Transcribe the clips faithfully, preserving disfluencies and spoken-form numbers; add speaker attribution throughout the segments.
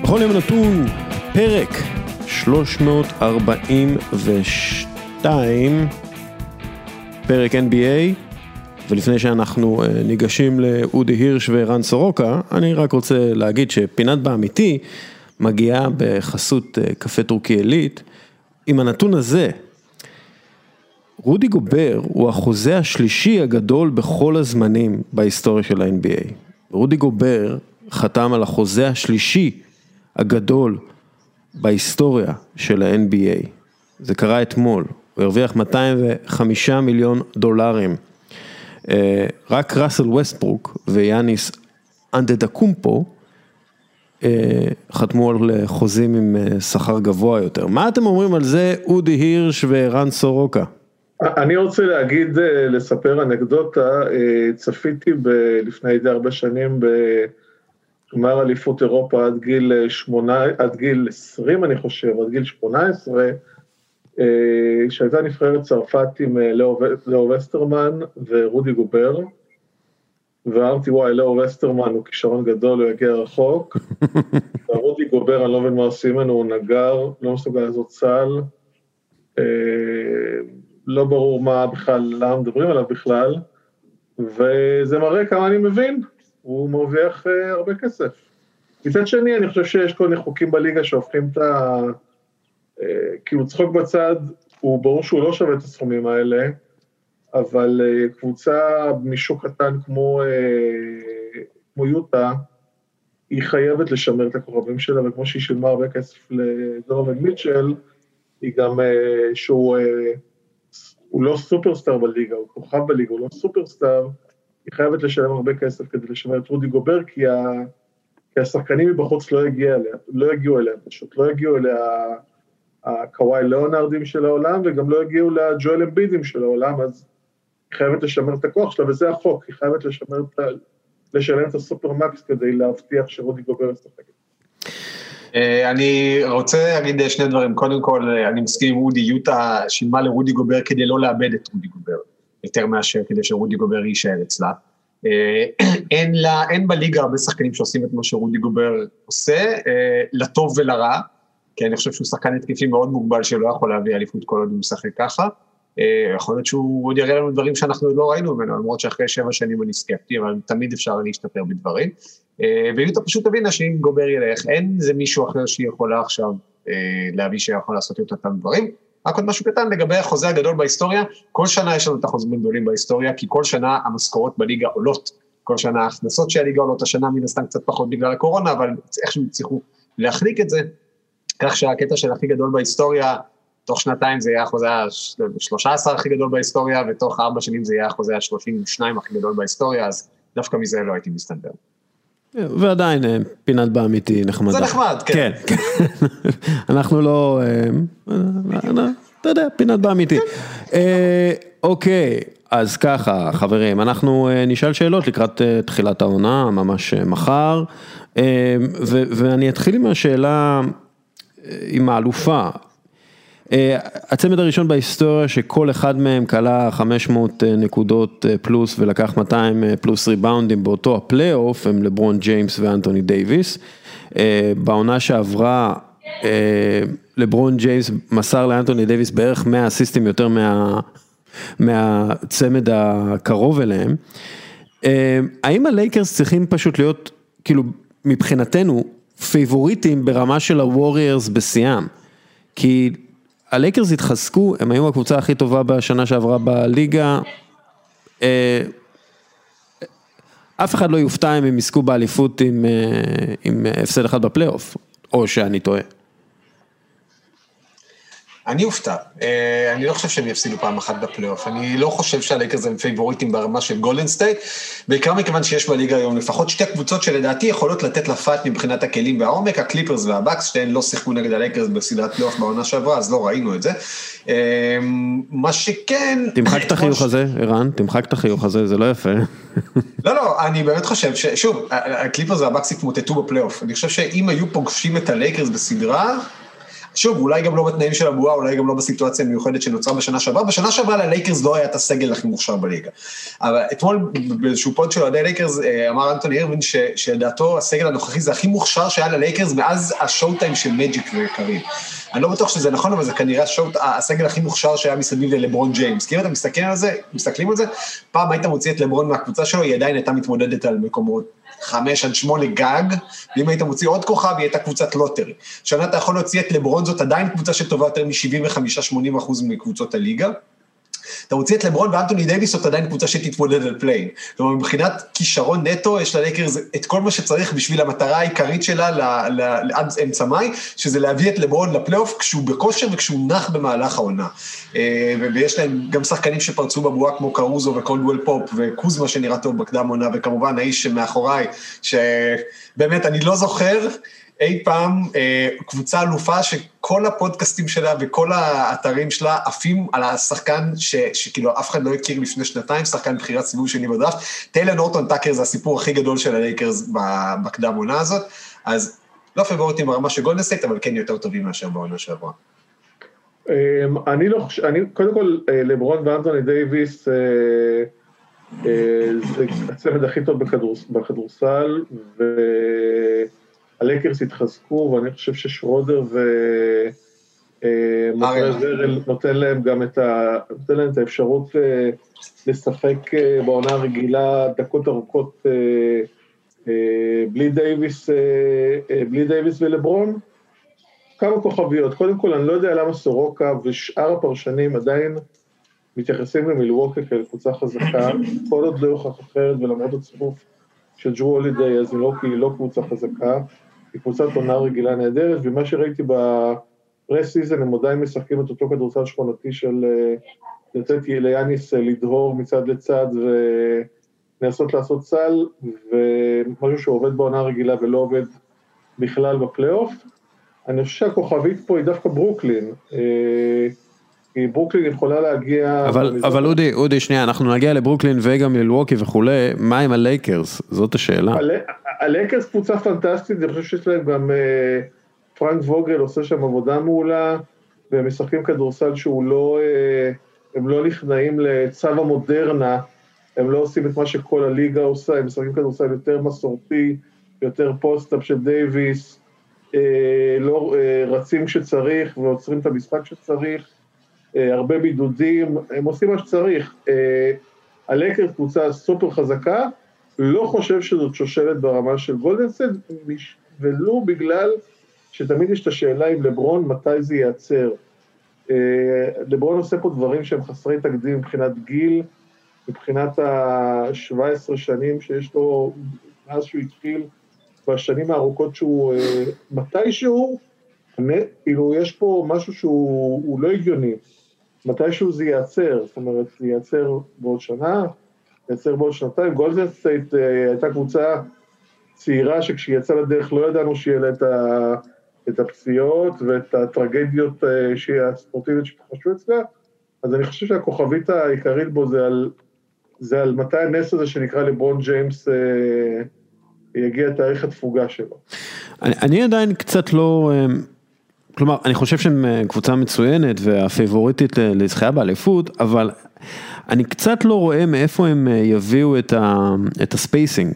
Speaker 1: בכל יום נתון, פרק שלוש מאות ארבעים ושתיים, פרק אן בי איי, ולפני שאנחנו ניגשים לאודי הירש ורן סורוקה, אני רק רוצה להגיד שפינת באמיתי מגיעה בחסות קפה טורקי עילית. עם הנתון הזה, רודי גובר הוא החוזה השלישי הגדול בכל הזמנים בהיסטוריה של ה-אן בי איי. רודי גובר חתם על החוזה השלישי הגדול בהיסטוריה של ה-אן בי איי. זה קרה אתמול. הוא הרוויח מאתיים וחמישה מיליון דולרים. רק ראסל ווסטברוק ויאניס אנדדקומפו חתמו על חוזים עם שכר גבוה יותר. מה אתם אומרים על זה, אודי הירש ורן סורוקה?
Speaker 2: אני רוצה להגיד, לספר אנקדוטה. צפיתי לפני די הרבה שנים בגמר אליפות אירופה עד גיל שמונה, עד גיל עשרים אני חושב, עד גיל שמונה עשרה, שהייתה נבחרת צרפת עם לאו וסטרמן ורודי גובר, ואמרתי וואי, לאו וסטרמן הוא כישרון גדול, הוא יגיע רחוק, ורודי גובר אני לא מבין מה עושים ממנו, הוא נגר, לא מסוגל לעשות סל, לא ברור מה בכלל, למה מדברים עליו בכלל, וזה מראה כמה אני מבין, הוא מרוויח הרבה כסף. מצד שני, אני חושב שיש כל מיני חוקים בליגה שהופכים את ה... כאילו צחוק בצד, הוא ברור שהוא לא שווה את הסכומים האלה, אבל קבוצה משוק קטן כמו, כמו יוטה, היא חייבת לשמר את הכוכבים שלה, וכמו שהיא שילמה הרבה כסף לדונובין מיטשל, היא גם שהוא הוא לא סופרסטאר בליגה, הוא כוכב בליגה, הוא לא סופרסטאר, היא חייבת לשלם הרבה כסף כדי לשמר את רודי גובר, כי, ה, כי השחקנים מבחוץ לא יגיעו אליה, לא יגיעו אליה, פשוט לא יגיעו אליה הקוואי ליאונרדים של העולם, וגם לא יגיעו לג'ואל אמבידים של העולם, אז היא חייבת לשמר את הכוח שלה, וזה החוק, היא חייבת לשמר את, לשלם את הסופרמקס כדי להבטיח שרודי גובר ישחק.
Speaker 3: אני רוצה להגיד שני דברים. קודם כל, אני מסכים עם אודי, יוטה שילמה לרודי גובר כדי לא לאבד את רודי גובר, יותר מאשר כדי שרודי גובר יישאר אצלה. אין לה, אין בליגה הרבה שחקנים שעושים את מה שרודי גובר עושה, לטוב ולרע, כי אני חושב שהוא שחקן התקפי מאוד מוגבל, שלא יכול להביא אליפות כל עוד הוא משחק ככה. יכול להיות שהוא עוד יראה לנו דברים שאנחנו לא ראינו ממנו, למרות שאחרי שבע שנים אני סקפטי, אבל תמיד אפשר להשתפר בדברים. ויוטה פשוט תבינה שאם גובר ילך, אין זה מישהו אחר שיכולה עכשיו להביא שיכול לעשות את אותם דברים. רק עוד משהו קטן, לגבי החוזה הגדול בהיסטוריה, כל שנה יש לנו את החוזים הגדולים בהיסטוריה, כי כל שנה המשכורות בליגה עולות, כל שנה ההכנסות שהליגה עולות, השנה מן הסתם קצת פחות בגלל הקורונה, אבל איכשהו צריכו להחליק את זה, כך שהקטע של הכי גדול בהיסטוריה, תוך שנתיים זה יהיה החוזה ה-שלוש עשרה הכי גדול בהיסטוריה, ותוך ארבע שנים זה יהיה החוזה ה-שלושים ושתיים הכי גדול בהיסטוריה, אז דווקא מזה לא הייתי מסתנדר.
Speaker 1: ועדיין פינת באמיתי נחמדה.
Speaker 3: זה נחמד, כן.
Speaker 1: כן, אנחנו לא, אתה יודע, פינת באמיתי. אוקיי, אז ככה, חברים, אנחנו נשאל שאלות לקראת תחילת העונה, ממש מחר, ואני אתחיל עם השאלה, עם האלופה. הצמד הראשון בהיסטוריה שכל אחד מהם קלה חמש מאות נקודות פלוס ולקח מאתיים פלוס ריבאונדים באותו הפלייאוף, הם לברון ג'יימס ואנטוני דייביס. בעונה שעברה לברון ג'יימס מסר לאנטוני דייביס בערך מאה אסיסטים יותר מה, מהצמד הקרוב אליהם. האם הלייקרס צריכים פשוט להיות כאילו מבחינתנו פייבוריטים ברמה של הווריירס בשיאם? כי הלייקרס התחזקו, הם היו הקבוצה הכי טובה בשנה שעברה בליגה, אף אחד לא יופתע אם הם יזכו באליפות עם, עם הפסד אחד בפלייאוף, או שאני טועה.
Speaker 3: אני אופתע, אני לא חושב שהם יפסידו פעם אחת בפלייאוף, אני לא חושב שהלייקרס הם פייבוריטים ברמה של גולדן סטייט, בעיקר מכיוון שיש בליגה היום לפחות שתי קבוצות שלדעתי יכולות לתת לפת מבחינת הכלים והעומק, הקליפרס והבקס, שתיהן לא שיחקו נגד הלייקרס בסדרת פלייאוף בעונה שעברה, אז לא ראינו את זה. מה שכן...
Speaker 1: תמחק את החיוך הזה, ערן, תמחק את החיוך הזה, זה לא יפה.
Speaker 3: לא, לא, אני באמת חושב ששוב, הקליפרס והבקס התמוטטו בפלייאוף, אני חושב שאם היו פוגשים את הלייקרס בסדרה, שוב, אולי גם לא בתנאים של הבועה, אולי גם לא בסיטואציה המיוחדת שנוצרה בשנה שעברה, בשנה שעברה ללייקרס לא היה את הסגל הכי מוכשר בליגה. אבל אתמול באיזשהו פוד של אוהדי לייקרס, אמר אנטוני אירווין שלדעתו הסגל הנוכחי זה הכי מוכשר שהיה ללייקרס מאז השואו טיים של מג'יק וקריב. אני לא בטוח שזה נכון, אבל זה כנראה הסגל הכי מוכשר שהיה מסביב ללברון ג'יימס. כי אם אתם מסתכלים על זה, מסתכלים על זה, פעם היית מוציא את לברון מהקבוצה שלו, היא עדיין הייתה מתמודדת על מקומות חמש עד שמונה גג, ואם היית מוציא עוד כוכב, היא הייתה קבוצת לוטרי. שנה אתה יכול להוציא את לברון, זאת עדיין קבוצה שטובה יותר מ-שבעים וחמש עד שמונים אחוז מקבוצות הליגה. אתה מוציא את לברון ואנטוני דייביס, זאת עדיין קבוצה שתתמודד על פליין. כלומר, מבחינת כישרון נטו, יש ללייקרס את כל מה שצריך בשביל המטרה העיקרית שלה עד אמצע מאי, שזה להביא את לברון לפלייאוף כשהוא בכושר וכשהוא נח במהלך העונה. ויש להם גם שחקנים שפרצו בבועה כמו קרוזו וקולדוול פופ וקוזמה שנראה טוב בקדם עונה, וכמובן האיש שמאחוריי, שבאמת אני לא זוכר, אי פעם קבוצה אלופה שכל הפודקאסטים שלה וכל האתרים שלה עפים על השחקן ש, שכאילו אף אחד לא הכיר לפני שנתיים, שחקן בחירת סיבוב שני בדראפט. טיילר נורטון טאקר זה הסיפור הכי גדול של הלייקרס בקדם עונה הזאת, אז לא פייבוריטים ברמה של גולדן סטייט, אבל כן יותר טובים מאשר בעונה שעברה.
Speaker 2: אני לא חושב, אני קודם כל לברון ואנטוני דייביס זה הצמד הכי טוב בכדורסל, ו... הלייקרס התחזקו, ואני חושב ששרודר ומוטרזרל נותן להם גם את ה... נותן להם את האפשרות לשחק בעונה הרגילה דקות ארוכות בלי דייביס, בלי דייביס ולברון. כמה כוכביות. קודם כל, אני לא יודע למה סורוקה ושאר הפרשנים עדיין מתייחסים למילווקי כקבוצה חזקה, כל עוד לא יוכח אחרת, ולמרות הצירוף של ג'רו הולידיי, אז מילווקי היא לא קבוצה חזקה, היא קבוצת עונה רגילה נהדרת, ומה שראיתי בפרס-סיזן, הם עדיין משחקים את אותו כדורסל שכונתי של לתת ליאניס לדהור מצד לצד, ולנסות לעשות סל, ומשהו שעובד בעונה רגילה ולא עובד בכלל בפלייאוף. אני חושב שהכוכבית פה היא דווקא ברוקלין, כי ברוקלין יכולה להגיע...
Speaker 1: אבל, אבל אודי, אודי, שנייה, אנחנו נגיע לברוקלין וגם ללווקי וכולי, מה עם הלייקרס? זאת השאלה.
Speaker 2: הלייקרס קבוצה פנטסטית, אני חושב שיש להם גם פרנק ווגל עושה שם עבודה מעולה, והם משחקים כדורסל שהוא לא, הם לא נכנעים לצו המודרנה, הם לא עושים את מה שכל הליגה עושה, הם משחקים כדורסל יותר מסורתי, יותר פוסט-אפ של דייביס, לא רצים כשצריך ועוצרים את המשחק שצריך, הרבה בידודים, הם עושים מה שצריך. הלייקרס קבוצה סופר חזקה, לא חושב שזאת שושלת ברמה של גולדן סטייט, ולא בגלל שתמיד יש את השאלה עם לברון מתי זה ייעצר. לברון עושה פה דברים שהם חסרי תקדים מבחינת גיל, מבחינת ה-שבע עשרה שנים שיש לו, מאז שהוא התחיל, בשנים הארוכות שהוא מתישהו, כאילו יש פה משהו שהוא לא הגיוני, מתישהו זה ייעצר, זאת אומרת, זה ייעצר בעוד שנה, ייעצר בעוד שנתיים. גולדן סטייט הייתה קבוצה צעירה שכשהיא יצאה לדרך לא ידענו שיהיה לה את הפציעות ואת הטרגדיות הספורטיביות שתחשו אצלה, אז אני חושב שהכוכבית העיקרית בו זה על, זה על מתי הנס הזה שנקרא לברון ג'יימס יגיע תאריך התפוגה שלו.
Speaker 1: אני, אני עדיין קצת לא... כלומר, אני חושב שהם קבוצה מצוינת והפייבוריטית לזכייה באליפות, אבל אני קצת לא רואה מאיפה הם יביאו את, ה, את הספייסינג.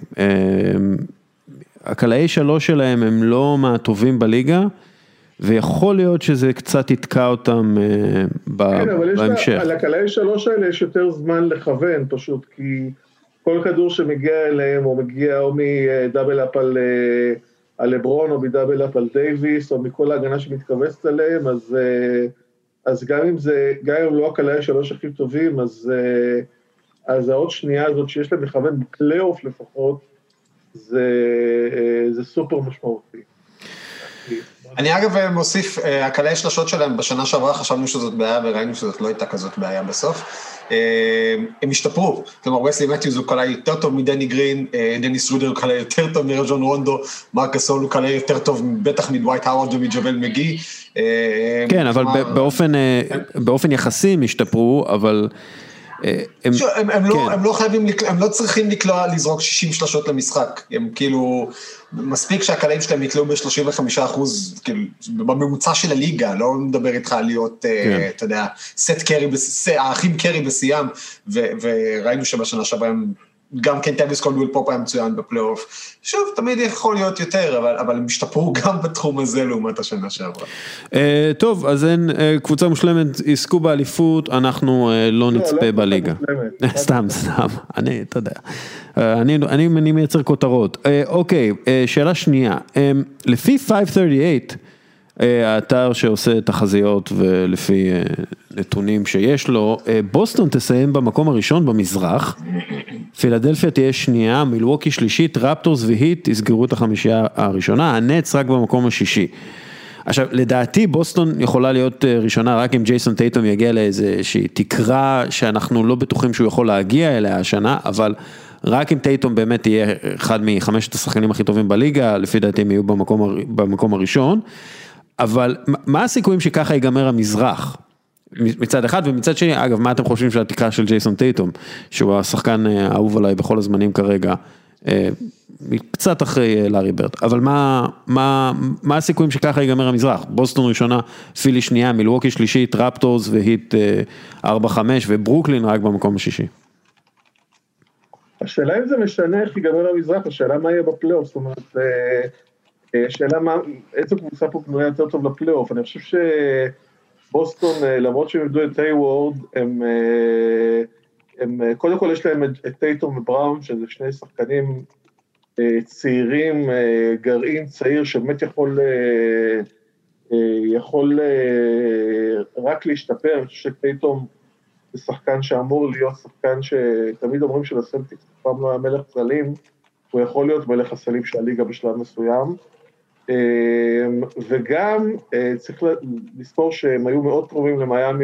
Speaker 1: הקלעי שלוש שלהם הם לא מהטובים בליגה, ויכול להיות שזה קצת יתקע אותם בהמשך.
Speaker 2: כן, אבל על הקלעי שלוש האלה יש יותר זמן לכוון פשוט, כי כל כדור שמגיע אליהם, או מגיע או מדאבל אפ על... על לברון, או מדאבל אפ על דייביס, או מכל ההגנה שמתכווצת עליהם, אז, אז גם אם זה, גם אם לא הקלעי שלוש הכי טובים, אז, אז העוד שנייה הזאת שיש להם מכוון בפלייאוף לפחות, זה, זה סופר משמעותי.
Speaker 3: אני אגב מוסיף, הקלעי שלשות שלהם בשנה שעברה חשבנו שזאת בעיה, וראינו שזאת לא הייתה כזאת בעיה בסוף. הם השתפרו, כלומר וסלי מתיוז הוא קלעי יותר טוב מדני גרין, דניס רודר הוא קלעי יותר טוב מרג'ון רונדו, מרק גסול הוא קלעי יותר טוב בטח מדווייט האוורד ומג'וול מגי.
Speaker 1: כן, אבל באופן, באופן יחסי הם השתפרו, אבל
Speaker 3: הם לא חייבים, הם לא צריכים לקלוע, לזרוק שישים שלשות למשחק, הם כאילו, מספיק שהקלעים שלהם יקלעו ב-שלושים וחמישה אחוז, כאילו, בממוצע של הליגה, לא מדבר איתך להיות, אתה יודע, סט קרי, האחים קרי בסיים, וראינו שבשנה שעברה הם, גם כן טוויס קולדוול פופ היה מצוין בפלייאוף, שוב, תמיד יכול להיות יותר, אבל, אבל הם השתפרו גם בתחום הזה לעומת השנה שעברה.
Speaker 1: טוב, אז אין, קבוצה מושלמת, עסקו באליפות, אנחנו לא נצפה בליגה. סתם, סתם, אני, אתה יודע, אני, אני, אני מייצר כותרות. אוקיי, שאלה שנייה, לפי חמש שלושים ושמונה, האתר שעושה תחזיות ולפי נתונים שיש לו, בוסטון תסיים במקום הראשון במזרח, פילדלפיה תהיה שנייה, מילווקי שלישית, רפטורס והיט יסגרו את החמישייה הראשונה, הנץ רק במקום השישי. עכשיו, לדעתי בוסטון יכולה להיות ראשונה רק אם ג'ייסון טייטום יגיע לאיזושהי תקרה שאנחנו לא בטוחים שהוא יכול להגיע אליה השנה, אבל רק אם טייטום באמת יהיה אחד מחמשת השחקנים הכי טובים בליגה, לפי דעתי הם יהיו במקום, במקום הראשון, אבל מה הסיכויים שככה ייגמר המזרח? מצד אחד, ומצד שני, אגב, מה אתם חושבים של התקרה של ג'ייסון טייטום, שהוא השחקן האהוב עליי בכל הזמנים כרגע, קצת אחרי לארי ברד, אבל מה, מה, מה הסיכויים שככה ייגמר המזרח? בוסטון ראשונה, פילי שנייה, מילווקי שלישית, רפטורס והיט ארבע חמש, וברוקלין רק במקום השישי.
Speaker 2: השאלה אם זה משנה איך ייגמר המזרח, השאלה מה יהיה בפלייאוף, זאת אומרת, השאלה מה, איזו קבוצה פה פנויה יותר טוב לפלייאוף, אני חושב שבוסטון, למרות שהם עבדו את היוורד, הם, הם, קודם כל יש להם את טייטום ובראון, שזה שני שחקנים צעירים, גרעין צעיר, שבאמת יכול, יכול רק להשתפר, אני חושב שטייטום זה שחקן שאמור להיות שחקן שתמיד אומרים שלסלטיקס פעם לא היה מלך צלים, הוא יכול להיות מלך הסלים של הליגה בשלב מסוים, וגם צריך לזכור שהם היו מאוד קרובים למיימי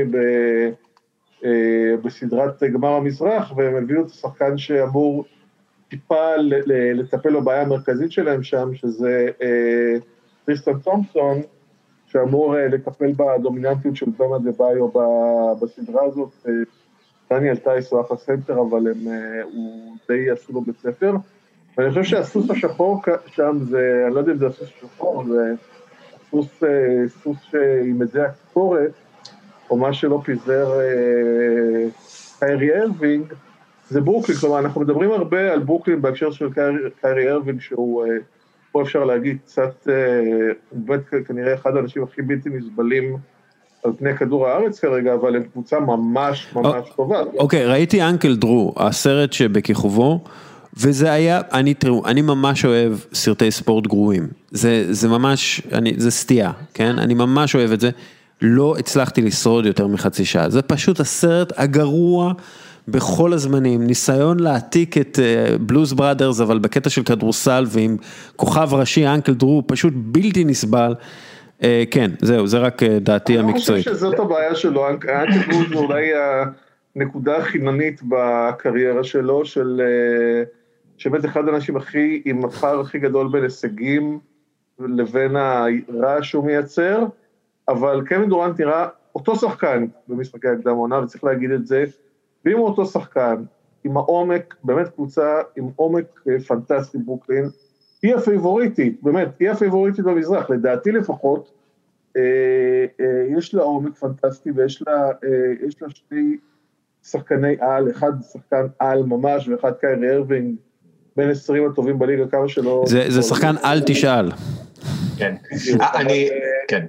Speaker 2: בסדרת גמר המזרח, והם הביאו את השחקן שאמור טיפה לטפל בבעיה המרכזית שלהם שם, שזה טריסטן תומפסון, שאמור לטפל בדומיננטיות של במה דה ביו בסדרה הזאת. דניאל טייס הוא אחלה סנטר, אבל הם, הוא די עשו לו בית ספר, ואני חושב שהסוס השחור שם זה, אני לא יודע אם זה הסוס השחור, זה הסוס, סוס עם את זה הכפורת, או מה שלא פיזר קיירי ארווינג, זה ברוקלין. כלומר, אנחנו מדברים הרבה על ברוקלין בהקשר של קיירי ארווינג, שהוא, פה אפשר להגיד, קצת, הוא באמת כנראה אחד האנשים הכי בלתי נסבלים על פני כדור הארץ כרגע, אבל הם קבוצה ממש ממש טובה.
Speaker 1: אוקיי, ראיתי אנקל דרו, הסרט שבכיכובו, וזה היה, אני תראו, אני ממש אוהב סרטי ספורט גרועים, זה, זה ממש, אני, זה סטייה, כן? אני ממש אוהב את זה, לא הצלחתי לשרוד יותר מחצי שעה, זה פשוט הסרט הגרוע בכל הזמנים, ניסיון להעתיק את בלוז בראדרס, אבל בקטע של כדורסל, ועם כוכב ראשי, אנקל דרו, פשוט בלתי נסבל, כן, זהו, זה רק דעתי המקצועית.
Speaker 2: אני חושב שזאת הבעיה שלו, אנקל דרו זה אולי הנקודה החיננית בקריירה שלו, של... שבאמת אחד האנשים הכי, עם הפער הכי גדול בין הישגים, לבין הרעש שהוא מייצר, אבל קווין דורנט נראה אותו שחקן במשחקי הקדם העונה, וצריך להגיד את זה, ואם הוא אותו שחקן, עם העומק, באמת קבוצה עם עומק פנטסטי ברוקלין, היא הפייבוריטית, באמת, היא הפייבוריטית במזרח, לדעתי לפחות, אה, אה, יש לה עומק פנטסטי, ויש לה, אה, יש לה שני שחקני על, אחד שחקן על ממש, ואחד קיירי ארווינג, בין עשרים הטובים בליגה, כמה שלא...
Speaker 1: זה, זה שחקן על תשאל.
Speaker 3: כן, אני, כן.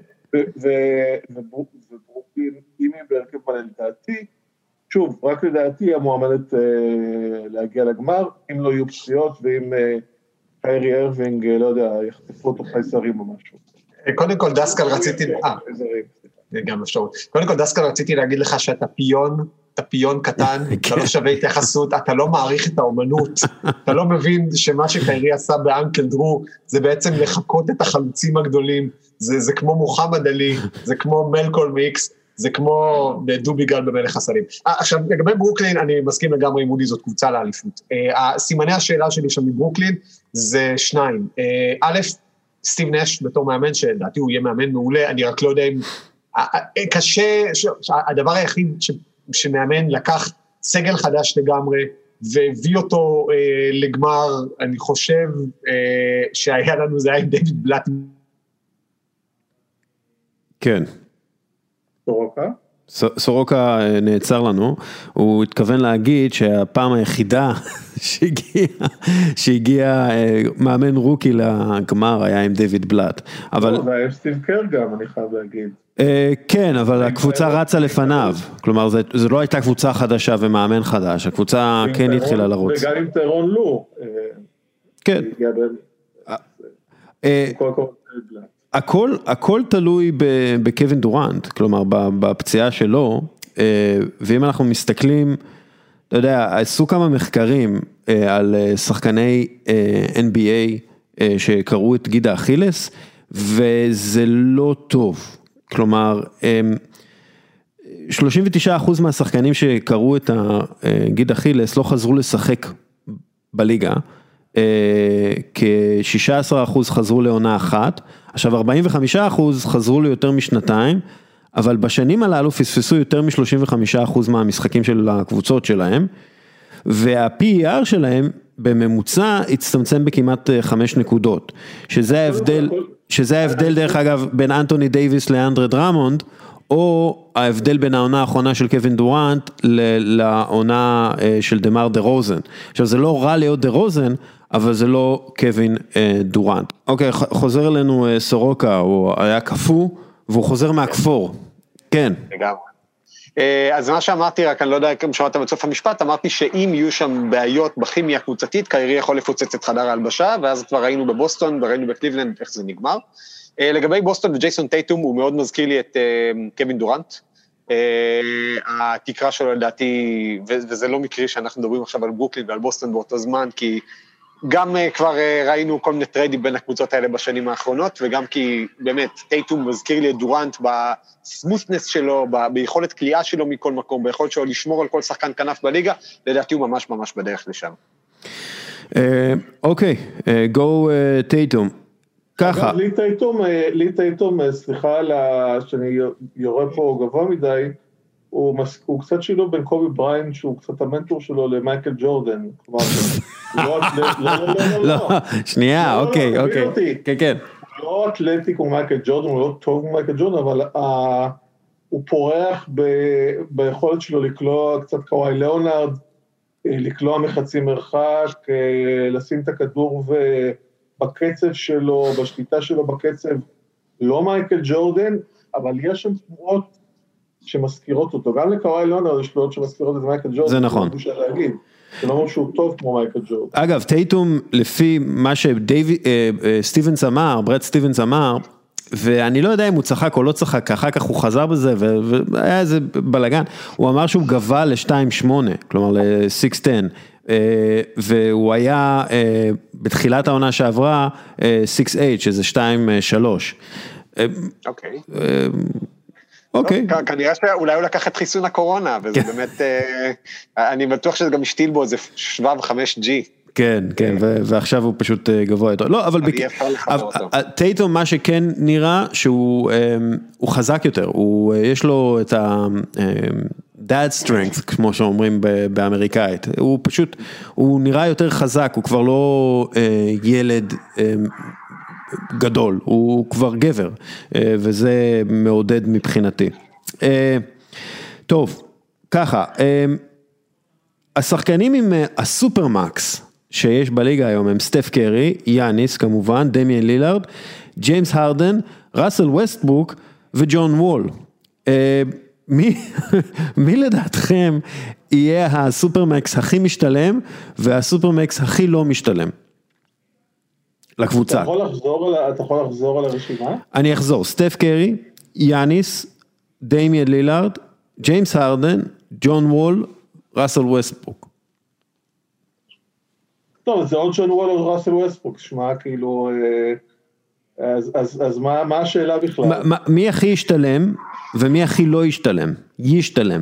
Speaker 2: וברוקלין, אם היא בהרכב מלא לדעתי, שוב, רק לדעתי המועמדת להגיע לגמר, אם לא יהיו פציעות, ואם קיירי ארווינג, לא יודע, יחטפו אותו חייזרים או משהו.
Speaker 3: קודם כל, דסקל רציתי... גם אפשרות. קודם כל, דסקל רציתי להגיד לך שאתה פיון, אתה פיון קטן, אתה לא שווה התייחסות, אתה לא מעריך את האומנות, אתה לא מבין שמה שקיירי עשה באנקל דרו, זה בעצם לחכות את החלוצים הגדולים, זה, זה כמו מוחמד עלי, זה כמו מלקול מיקס, זה כמו דובי גל במלך הסלים. עכשיו, לגבי ברוקלין, אני מסכים לגמרי עם אודי, זאת קבוצה לאליפות. סימני השאלה שלי שם מברוקלין, זה שניים. א', סטיב נש בתור מאמן, שלדעתי הוא יהיה מאמן מעולה, אני רק לא יודע אם... קשה, הדבר היחיד ש, שמאמן לקח סגל חדש לגמרי, והביא אותו אה, לגמר, אני חושב אה, שהיה לנו, זה היה עם דיוויד בלאט.
Speaker 1: כן.
Speaker 2: סורוקה?
Speaker 1: סורוקה נעצר לנו, הוא התכוון להגיד שהפעם היחידה שהגיע, שהגיע מאמן רוקי לגמר היה עם דיוויד בלאט. אבל...
Speaker 2: לא, זה היה עם סטיב קר גם, אני חייב להגיד.
Speaker 1: כן, אבל הקבוצה רצה לפניו, כלומר זה לא הייתה קבוצה חדשה ומאמן חדש, הקבוצה כן התחילה לרוץ.
Speaker 2: וגם עם טרון לו.
Speaker 1: כן. הכל, הכל תלוי בקווין דורנט, כלומר בפציעה שלו, ואם אנחנו מסתכלים, אתה יודע, עשו כמה מחקרים על שחקני אן בי איי שקראו את גיד האכילס, וזה לא טוב. כלומר, שלושים ותשעה אחוז מהשחקנים שקראו את גיד אכילס לא חזרו לשחק בליגה, כ-שישה עשר אחוז חזרו לעונה אחת, עכשיו ארבעים וחמישה אחוז חזרו ליותר משנתיים, אבל בשנים הללו פספסו יותר מ-שלושים וחמישה אחוז מהמשחקים של הקבוצות שלהם, וה-פי אי אר שלהם בממוצע הצטמצם בכמעט חמש נקודות, שזה ההבדל, שזה ההבדל דרך אגב בין אנטוני דייביס לאנדרה דרמונד, או ההבדל בין העונה האחרונה של קווין דורנט לעונה של דמר דה רוזן. עכשיו זה לא רע להיות דה רוזן, אבל זה לא קווין דורנט. אוקיי, חוזר אלינו סורוקה, הוא היה קפוא, והוא חוזר מהכפור. כן.
Speaker 3: לגמרי. אז מה שאמרתי, רק אני לא יודע אם שמעת בסוף המשפט, אמרתי שאם יהיו שם בעיות בכימיה קבוצתית, קיירי יכול לפוצץ את חדר ההלבשה, ואז כבר ראינו בבוסטון, וראינו בקליבלנד איך זה נגמר. לגבי בוסטון וג'ייסון טייטום, הוא מאוד מזכיר לי את קווין דורנט. התקרה שלו לדעתי, וזה לא מקרי שאנחנו מדברים עכשיו על ברוקלין ועל בוסטון באותו זמן, כי גם כבר ראינו כל מיני טריידים בין הקבוצות האלה בשנים האחרונות, וגם כי באמת טייטום מזכיר לי את דורנט בסמות'נס שלו, ביכולת קליעה שלו מכל מקום, ביכולת שלו לשמור על כל שחקן כנף בליגה, לדעתי הוא ממש ממש בדרך לשם.
Speaker 1: אוקיי, גו טייטום. ככה.
Speaker 2: לי טייטום, לי טייטום, סליחה שאני יורה פה גבוה מדי, הוא, מס, הוא קצת שילוב בין קובי בריין, שהוא קצת המנטור שלו למייקל ג'ורדן. כלומר, לא, לא, לא, לא, לא.
Speaker 1: שנייה, אוקיי, אוקיי. כן, כן.
Speaker 2: הוא לא אתלטי כמו מייקל ג'ורדן, הוא לא טוב כמו מייקל ג'ורדן, אבל uh, הוא פורח ב, ביכולת שלו לקלוע קצת קוואי ליאונרד, לקלוע מחצי מרחק, לשים את הכדור ובקצב שלו, בשליטה שלו בקצב, לא מייקל ג'ורדן, אבל יש שם תמורות שמזכירות אותו, גם לקוואי ליאונרד יש תמורות שמזכירות את מייקל ג'ורדן.
Speaker 1: זה נכון.
Speaker 2: זה לא אומר שהוא טוב כמו מייקל ג'ורדן.
Speaker 1: אגב, טייטום, לפי מה שסטיבנס אמר, ברד סטיבנס אמר, ואני לא יודע אם הוא צחק או לא צחק, אחר כך הוא חזר בזה, והיה איזה בלגן, הוא אמר שהוא גבה ל-שתיים שמונה, כלומר ל-שש עשר, והוא היה בתחילת העונה שעברה שש שמונה, שזה שתיים שלוש.
Speaker 3: אוקיי.
Speaker 1: אוקיי.
Speaker 3: כנראה שאולי הוא לקח את חיסון הקורונה, וזה באמת, אני בטוח שזה גם השתיל בו איזה שבע וחמש ג'י.
Speaker 1: כן, כן, ועכשיו הוא פשוט גבוה יותר. לא, אבל טייטום, מה שכן נראה, שהוא חזק יותר, יש לו את ה... dad strength, כמו שאומרים באמריקאית, הוא פשוט, הוא נראה יותר חזק, הוא כבר לא ילד גדול, הוא כבר גבר, וזה מעודד מבחינתי. טוב, ככה, השחקנים עם הסופרמקס שיש בליגה היום הם סטף קרי, יאניס כמובן, דמיאן לילארד, ג'יימס הרדן, ראסל ווסטברוק וג'ון וול. מי, מי לדעתכם יהיה הסופרמקס הכי משתלם והסופרמקס הכי לא משתלם? לקבוצה.
Speaker 2: אתה יכול לחזור על, אתה יכול לחזור על הרשימה?
Speaker 1: אני אחזור, סטף קרי, יאניס, דמיאן לילארד, ג'יימס הרדן, ג'ון וול, ראסל ווסטברוק.
Speaker 2: טוב, זה עוד ג'ון וול או ראסל ווסטברוק, שמע כאילו, אז, אז, אז מה, מה השאלה בכלל?
Speaker 1: מה, מי הכי ישתלם ומי הכי לא ישתלם? ישתלם.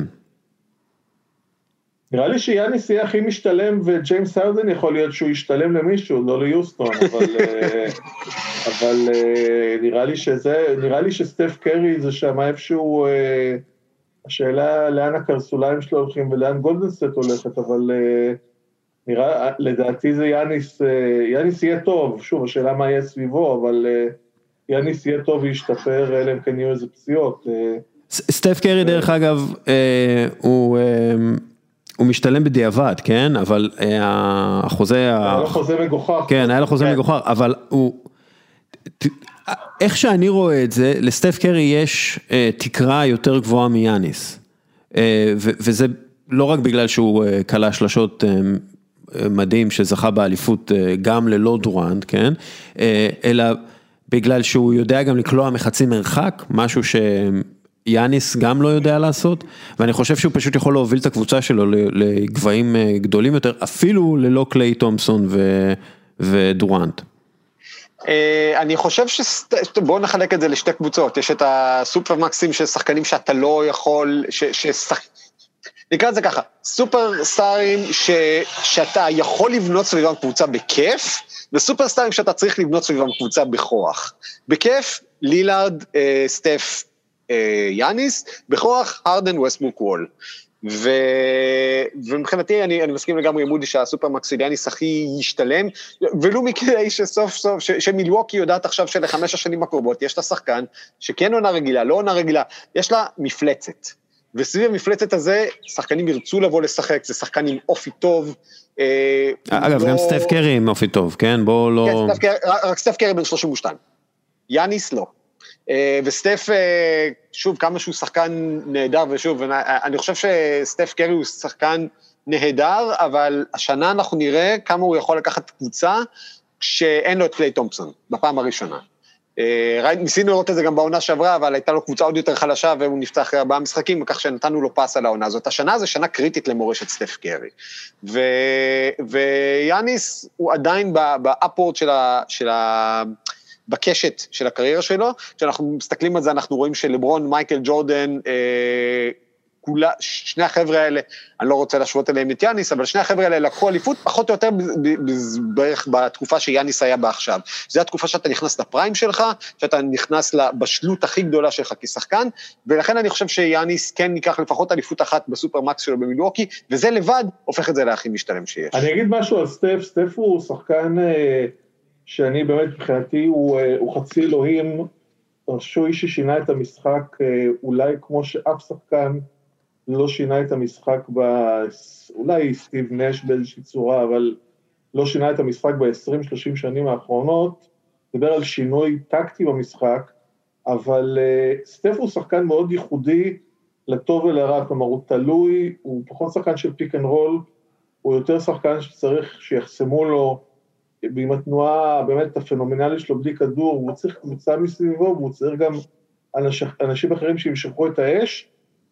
Speaker 2: נראה לי שיאניס יהיה הכי משתלם, וג'יימס הרדן יכול להיות שהוא ישתלם למישהו, לא ליוסטון, אבל, אבל נראה לי שזה, נראה לי שסטף קרי זה שם איפשהו, השאלה לאן הקרסוליים שלו הולכים ולאן גולדנסטייט הולכת, אבל נראה, לדעתי זה יאניס, יאניס יהיה טוב, שוב, השאלה מה יהיה סביבו, אבל יאניס יהיה טוב וישתפר, אלה הם כן יהיו איזה פציעות.
Speaker 1: סטף קרי דרך אגב, הוא... הוא משתלם בדיעבד, כן? אבל החוזה...
Speaker 2: היה לו חוזה מגוחך.
Speaker 1: כן, היה לו חוזה מגוחך, אבל הוא... איך שאני רואה את זה, לסטף קרי יש תקרה יותר גבוהה מיאניס. וזה לא רק בגלל שהוא קלה שלשות מדהים, שזכה באליפות גם ללא דורנט, כן? אלא בגלל שהוא יודע גם לקלוע מחצי מרחק, משהו ש... יאניס גם לא יודע לעשות, ואני חושב שהוא פשוט יכול להוביל את הקבוצה שלו לגבהים גדולים יותר, אפילו ללא קליי תומפסון ודורנט.
Speaker 4: אני חושב ש... בואו נחלק את זה לשתי קבוצות, יש את הסופר מקסים של שחקנים שאתה לא יכול, נקרא את זה ככה, סופר סטארים שאתה יכול לבנות סביבם קבוצה בכיף, וסופר סטארים שאתה צריך לבנות סביבם קבוצה בכוח. בכיף, לילארד, סטף, יאניס, בכוח הרדן ווסטברוק וול. ו... ומבחינתי אני, אני מסכים לגמרי עם מודי שהסופר מקסים יאניס הכי ישתלם, ולו מכדי שסוף סוף, ש... שמילווקי יודעת עכשיו שלחמש השנים הקרובות, יש לה שחקן שכן עונה רגילה, לא עונה רגילה, יש לה מפלצת. וסביב המפלצת הזה, שחקנים ירצו לבוא לשחק, זה שחקן עם אופי טוב.
Speaker 1: אגב, לא... גם סטף קרי עם אופי טוב, כן? בואו לא...
Speaker 4: כן, סטף קרי, רק סטף קרי בן שלושים ושתיים. יאניס לא. וסטף, שוב, כמה שהוא שחקן נהדר, ושוב, אני חושב שסטף קרי הוא שחקן נהדר, אבל השנה אנחנו נראה כמה הוא יכול לקחת קבוצה, כשאין לו את קליי תומפסון, בפעם הראשונה. ניסינו לראות את זה גם בעונה שעברה, אבל הייתה לו קבוצה עוד יותר חלשה, והוא נפתח אחרי ארבעה משחקים, וכך שנתנו לו פס על העונה הזאת. השנה זה שנה קריטית למורשת סטף קרי. ו... ויאניס הוא עדיין באפורט של ה... של ה... בקשת של הקריירה שלו, כשאנחנו מסתכלים על זה, אנחנו רואים שלברון, מייקל ג'ורדן, אה, כולה, שני החבר'ה האלה, אני לא רוצה להשוות אליהם את יאניס, אבל שני החבר'ה האלה לקחו אליפות, פחות או יותר בערך בתקופה שיאניס היה בה עכשיו. זו התקופה שאתה נכנס לפריים שלך, שאתה נכנס לבשלות הכי גדולה שלך כשחקן, ולכן אני חושב שיאניס כן ניקח לפחות אליפות אחת בסופר מקס שלו במילווקי, וזה לבד הופך את זה להכי משתלם שיש.
Speaker 2: אני אגיד משהו על סטף, סטף הוא שחקן... שאני באמת מבחינתי הוא, הוא חצי אלוהים, שהוא איש ששינה את המשחק, אולי כמו שאף שחקן לא שינה את המשחק, ב, אולי סטיב נש באיזושהי צורה, אבל לא שינה את המשחק ב-עשרים שלושים שנים האחרונות, מדבר על שינוי טקטי במשחק, אבל סטף הוא שחקן מאוד ייחודי, לטוב ולרע, כלומר הוא תלוי, הוא פחות שחקן של פיק אנד רול, הוא יותר שחקן שצריך שיחסמו לו, ועם התנועה באמת הפנומנלית שלו בלי כדור, הוא צריך קבוצה מסביבו, והוא צריך גם אנשים אחרים שימשכו את האש,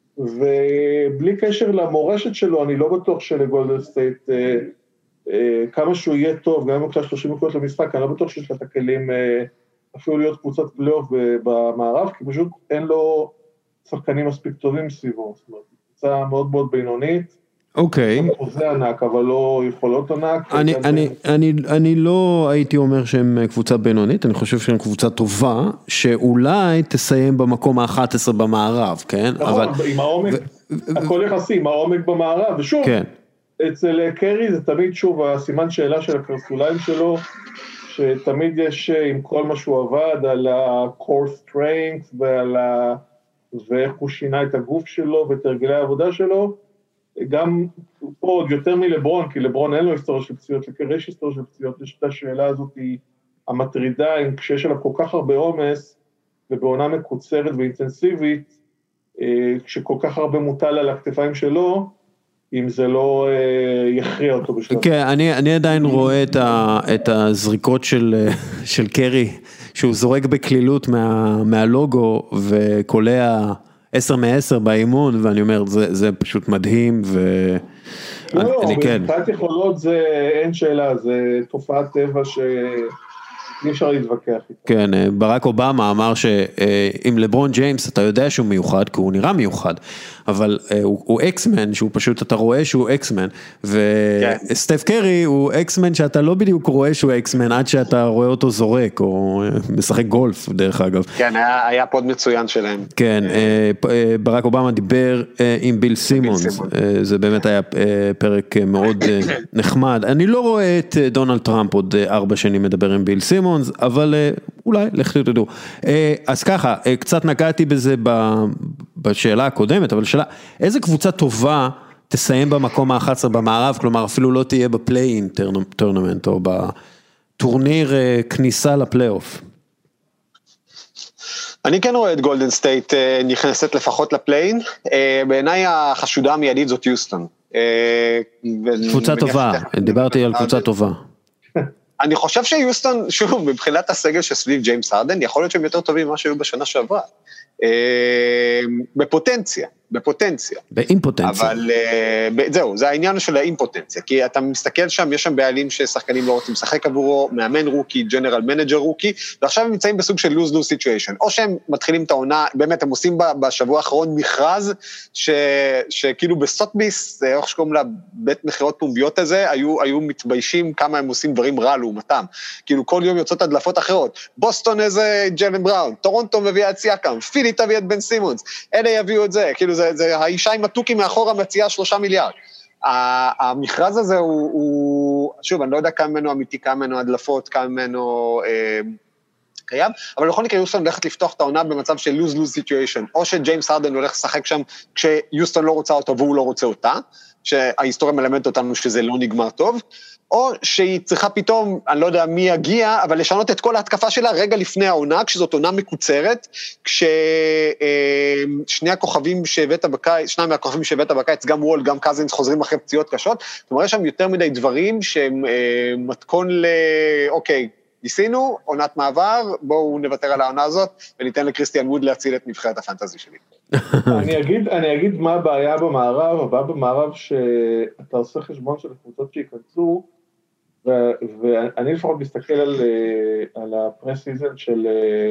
Speaker 2: ובלי קשר למורשת שלו, אני לא בטוח שלגולדנסטייט, אה, אה, כמה שהוא יהיה טוב, גם אם הוא קצת שלושים נקודות למשחק, אני לא בטוח שיש לה את הכלים, אה, אפילו להיות קבוצת פלייאוף במערב, כי פשוט אין לו שחקנים מספיק טובים סביבו, זאת אומרת, קבוצה מאוד מאוד בינונית,
Speaker 1: אוקיי.
Speaker 2: חוזה ענק, אבל לא יכולות ענק.
Speaker 1: אני, אני, אני, אני לא הייתי אומר שהם קבוצה בינונית, אני חושב שהם קבוצה טובה, שאולי תסיים במקום ה-אחת עשרה במערב, כן?
Speaker 2: נכון, אבל... עם העומק, הכל יחסי, עם העומק במערב, ושוב, כן. אצל קרי זה תמיד שוב, הסימן שאלה של הקרסוליים שלו, שתמיד יש עם כל מה שהוא עבד, על ה-core strength, ועל ה... ואיך הוא שינה את הגוף שלו, ואת הרגלי העבודה שלו, גם פה עוד יותר מלברון, כי לברון אין לו היסטוריה של פציעות, לקרי יש היסטוריה של פציעות, יש את השאלה הזאת היא המטרידה, אם כשיש עליו כל כך הרבה עומס, ובעונה מקוצרת ואינטנסיבית, כשכל כך הרבה מוטל על הכתפיים שלו, אם זה לא יכריע אותו בשלב.
Speaker 1: כן, אני, אני עדיין רואה את, ה, את הזריקות של, של קרי, שהוא זורק בכלילות מה, מהלוגו, וקולע עשר מעשר באימון, ואני אומר, זה, זה פשוט מדהים, ו...
Speaker 2: לא, מבחינת יכולות זה אין שאלה, זה תופעת טבע ש... אי אפשר להתווכח.
Speaker 1: כן, ברק אובמה אמר שעם לברון ג'יימס אתה יודע שהוא מיוחד, כי הוא נראה מיוחד, אבל הוא אקסמן, שהוא פשוט, אתה רואה שהוא אקסמן, וסטף קרי הוא אקסמן שאתה לא בדיוק רואה שהוא אקסמן, עד שאתה רואה אותו זורק, או משחק גולף, דרך אגב.
Speaker 4: כן, היה פוד מצוין שלהם.
Speaker 1: כן, ברק אובמה דיבר עם ביל סימונס, זה באמת היה פרק מאוד נחמד. אני לא רואה את דונלד טראמפ עוד ארבע שנים מדבר עם ביל סימונס, אבל אולי, לכו תדעו. אז ככה, קצת נגעתי בזה בשאלה הקודמת, אבל שאלה, איזה קבוצה טובה תסיים במקום ה-אחת עשרה במערב, כלומר אפילו לא תהיה בפליין טורנמנט, או בטורניר כניסה לפלייאוף?
Speaker 4: אני כן רואה את גולדן סטייט נכנסת לפחות לפליין, בעיניי החשודה המיידית זאת יוסטון.
Speaker 1: קבוצה טובה, דיברתי על קבוצה טובה.
Speaker 4: אני חושב שיוסטון, שוב, מבחינת הסגל שסביב ג'יימס הרדן, יכול להיות שהם יותר טובים ממה שהיו בשנה שעברה. בפוטנציה, בפוטנציה.
Speaker 1: באימפוטנציה.
Speaker 4: אבל זהו, זה העניין של האימפוטנציה, כי אתה מסתכל שם, יש שם בעלים ששחקנים לא רוצים לשחק עבורו, מאמן רוקי, ג'נרל מנג'ר רוקי, ועכשיו הם נמצאים בסוג של lose-lose situation, או שהם מתחילים את העונה, באמת הם עושים בשבוע האחרון מכרז, שכאילו בסוטביס, איך שקוראים לה בית מחירות פומביות הזה, היו מתביישים כמה הם עושים דברים רע לעומתם, כאילו כל יום יוצאות הדלפות אחרות, בוסטון איזה ג'לן בראון, טורונטו מביאה את סייקם, פילי תביא את בן סימונס, אלה יביאו את זה, כאילו זה, זה האישה עם הטוקים מאחורה מציעה שלושה מיליארד. המכרז הזה הוא, הוא, שוב, אני לא יודע כמה ממנו אמיתי, כמה ממנו הדלפות, כמה ממנו אה, קיים, אבל בכל מקרה יוסטון הולכת לפתוח את העונה במצב של lose-lose situation, או שג'יימס הרדן הולך לשחק שם כשיוסטון לא רוצה אותו והוא לא רוצה אותה, שההיסטוריה מלמדת אותנו שזה לא נגמר טוב, או שהיא צריכה פתאום, אני לא יודע מי יגיע, אבל לשנות את כל ההתקפה שלה רגע לפני העונה, כשזאת עונה מקוצרת, כששני הכוכבים שהבאת בקיץ, שניים מהכוכבים שהבאת בקיץ, גם וול, גם קזינס חוזרים אחרי פציעות קשות, זאת אומרת, יש שם יותר מדי דברים שהם מתכון ל... אוקיי, ניסינו, עונת מעבר, בואו נוותר על העונה הזאת, וניתן לקריסטיאן ווד להציל את נבחרת הפנטזי שלי.
Speaker 2: אני אגיד, אני אגיד מה הבעיה במערב, הבעיה במערב שאתה עושה חשבון של הקבוצות שיכנסו, ואני לפחות מסתכל על, על הפרסיזן של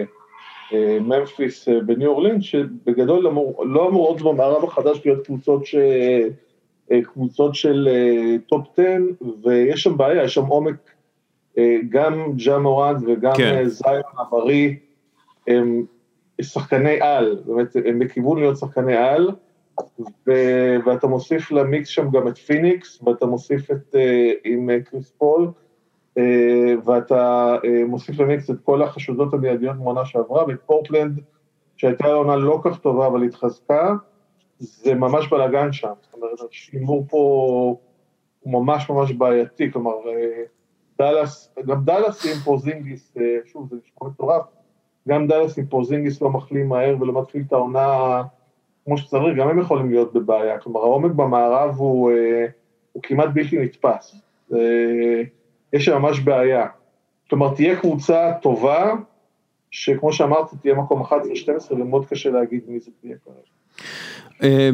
Speaker 2: ממפיס בניו אורלינס, שבגדול לא אמורות במערב החדש להיות קבוצות, ש, קבוצות של טופ עשר, ויש שם בעיה, יש שם עומק, גם ג'ה מורנט וגם כן. זיון אברי, הם שחקני על, באמת הם בכיוון להיות שחקני על, ו- ואתה מוסיף למיקס שם גם את פיניקס, ואתה מוסיף את, uh, עם קריס פול, uh, ואתה uh, מוסיף למיקס את כל החשודות המיידיות מעונה שעברה, ואת פורטלנד, שהייתה עונה לא כך טובה, אבל התחזקה, זה ממש בלגן שם, זאת אומרת, השימור פה הוא ממש ממש בעייתי, כלומר, uh, דלס, גם דלס עם פורזינגיס, uh, שוב, זה נשמע מטורף, גם דלס עם פורזינגיס לא מחלים מהר, ולא מתחיל את העונה כמו שצריך, גם הם יכולים להיות בבעיה, כלומר, העומק במערב הוא, הוא כמעט בלתי נתפס, יש שם ממש בעיה, כלומר, תהיה קבוצה טובה, שכמו שאמרתי, תהיה מקום אחת עשרה שתים עשרה, ומאוד קשה להגיד מי זה תהיה כרגע.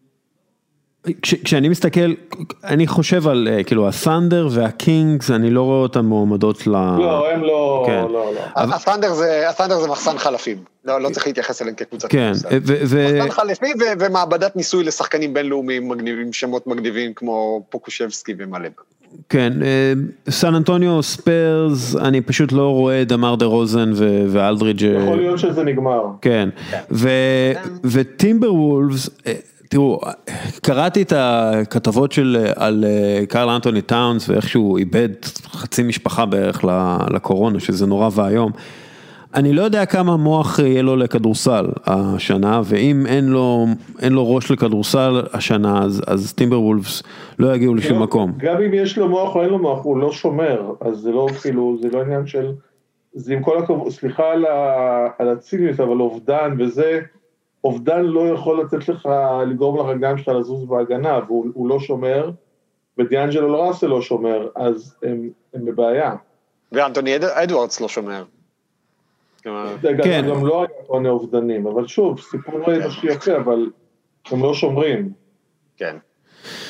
Speaker 1: כשאני מסתכל, אני חושב על, כאילו, הסנדר והקינגס, אני לא רואה אותם מועמדות ל...
Speaker 2: לא, הם לא, לא, לא.
Speaker 4: הסנדר זה, הסנדר זה מחסן חלפים, לא צריך להתייחס אליהם כקבוצת.
Speaker 1: כן.
Speaker 4: מחסן חלפים ומעבדת ניסוי לשחקנים בינלאומיים מגניבים, שמות מגניבים כמו פוקושבסקי ומלא. כן,
Speaker 1: סן אנטוניו ספיירס, אני פשוט לא רואה דמר דה רוזן ואלדריג'.
Speaker 2: יכול להיות שזה נגמר.
Speaker 1: כן, וטימבר וולפס, תראו, קראתי את הכתבות של, על קרל אנטוני טאונס, ואיך שהוא איבד חצי משפחה בערך לקורונה, שזה נורא והיום. אני לא יודע כמה מוח יהיה לו לכדורסל השנה, ואם אין לו, אין לו ראש לכדורסל השנה, אז, אז טימבר וולפס לא יגיעו לשום
Speaker 2: לא,
Speaker 1: מקום.
Speaker 2: גם אם יש לו מוח או אין לו מוח, הוא לא שומר, אז זה לא, כאילו, זה לא עניין של, זה עם כל הכבוד, סליחה על, ה, על הציניות, אבל אובדן וזה, אובדן לא יכול לתת לך, לגרום לרגליים שלך לזוז בהגנה, והוא לא שומר, ודיאנג'לו ראסל לא שומר, אז הם, הם בבעיה.
Speaker 4: ואנטוני אדוארדס לא שומר.
Speaker 2: כן. גם לא היה עונה אובדנים, אבל שוב, סיפור לא אנושי יפה, אבל הם לא שומרים.
Speaker 4: כן.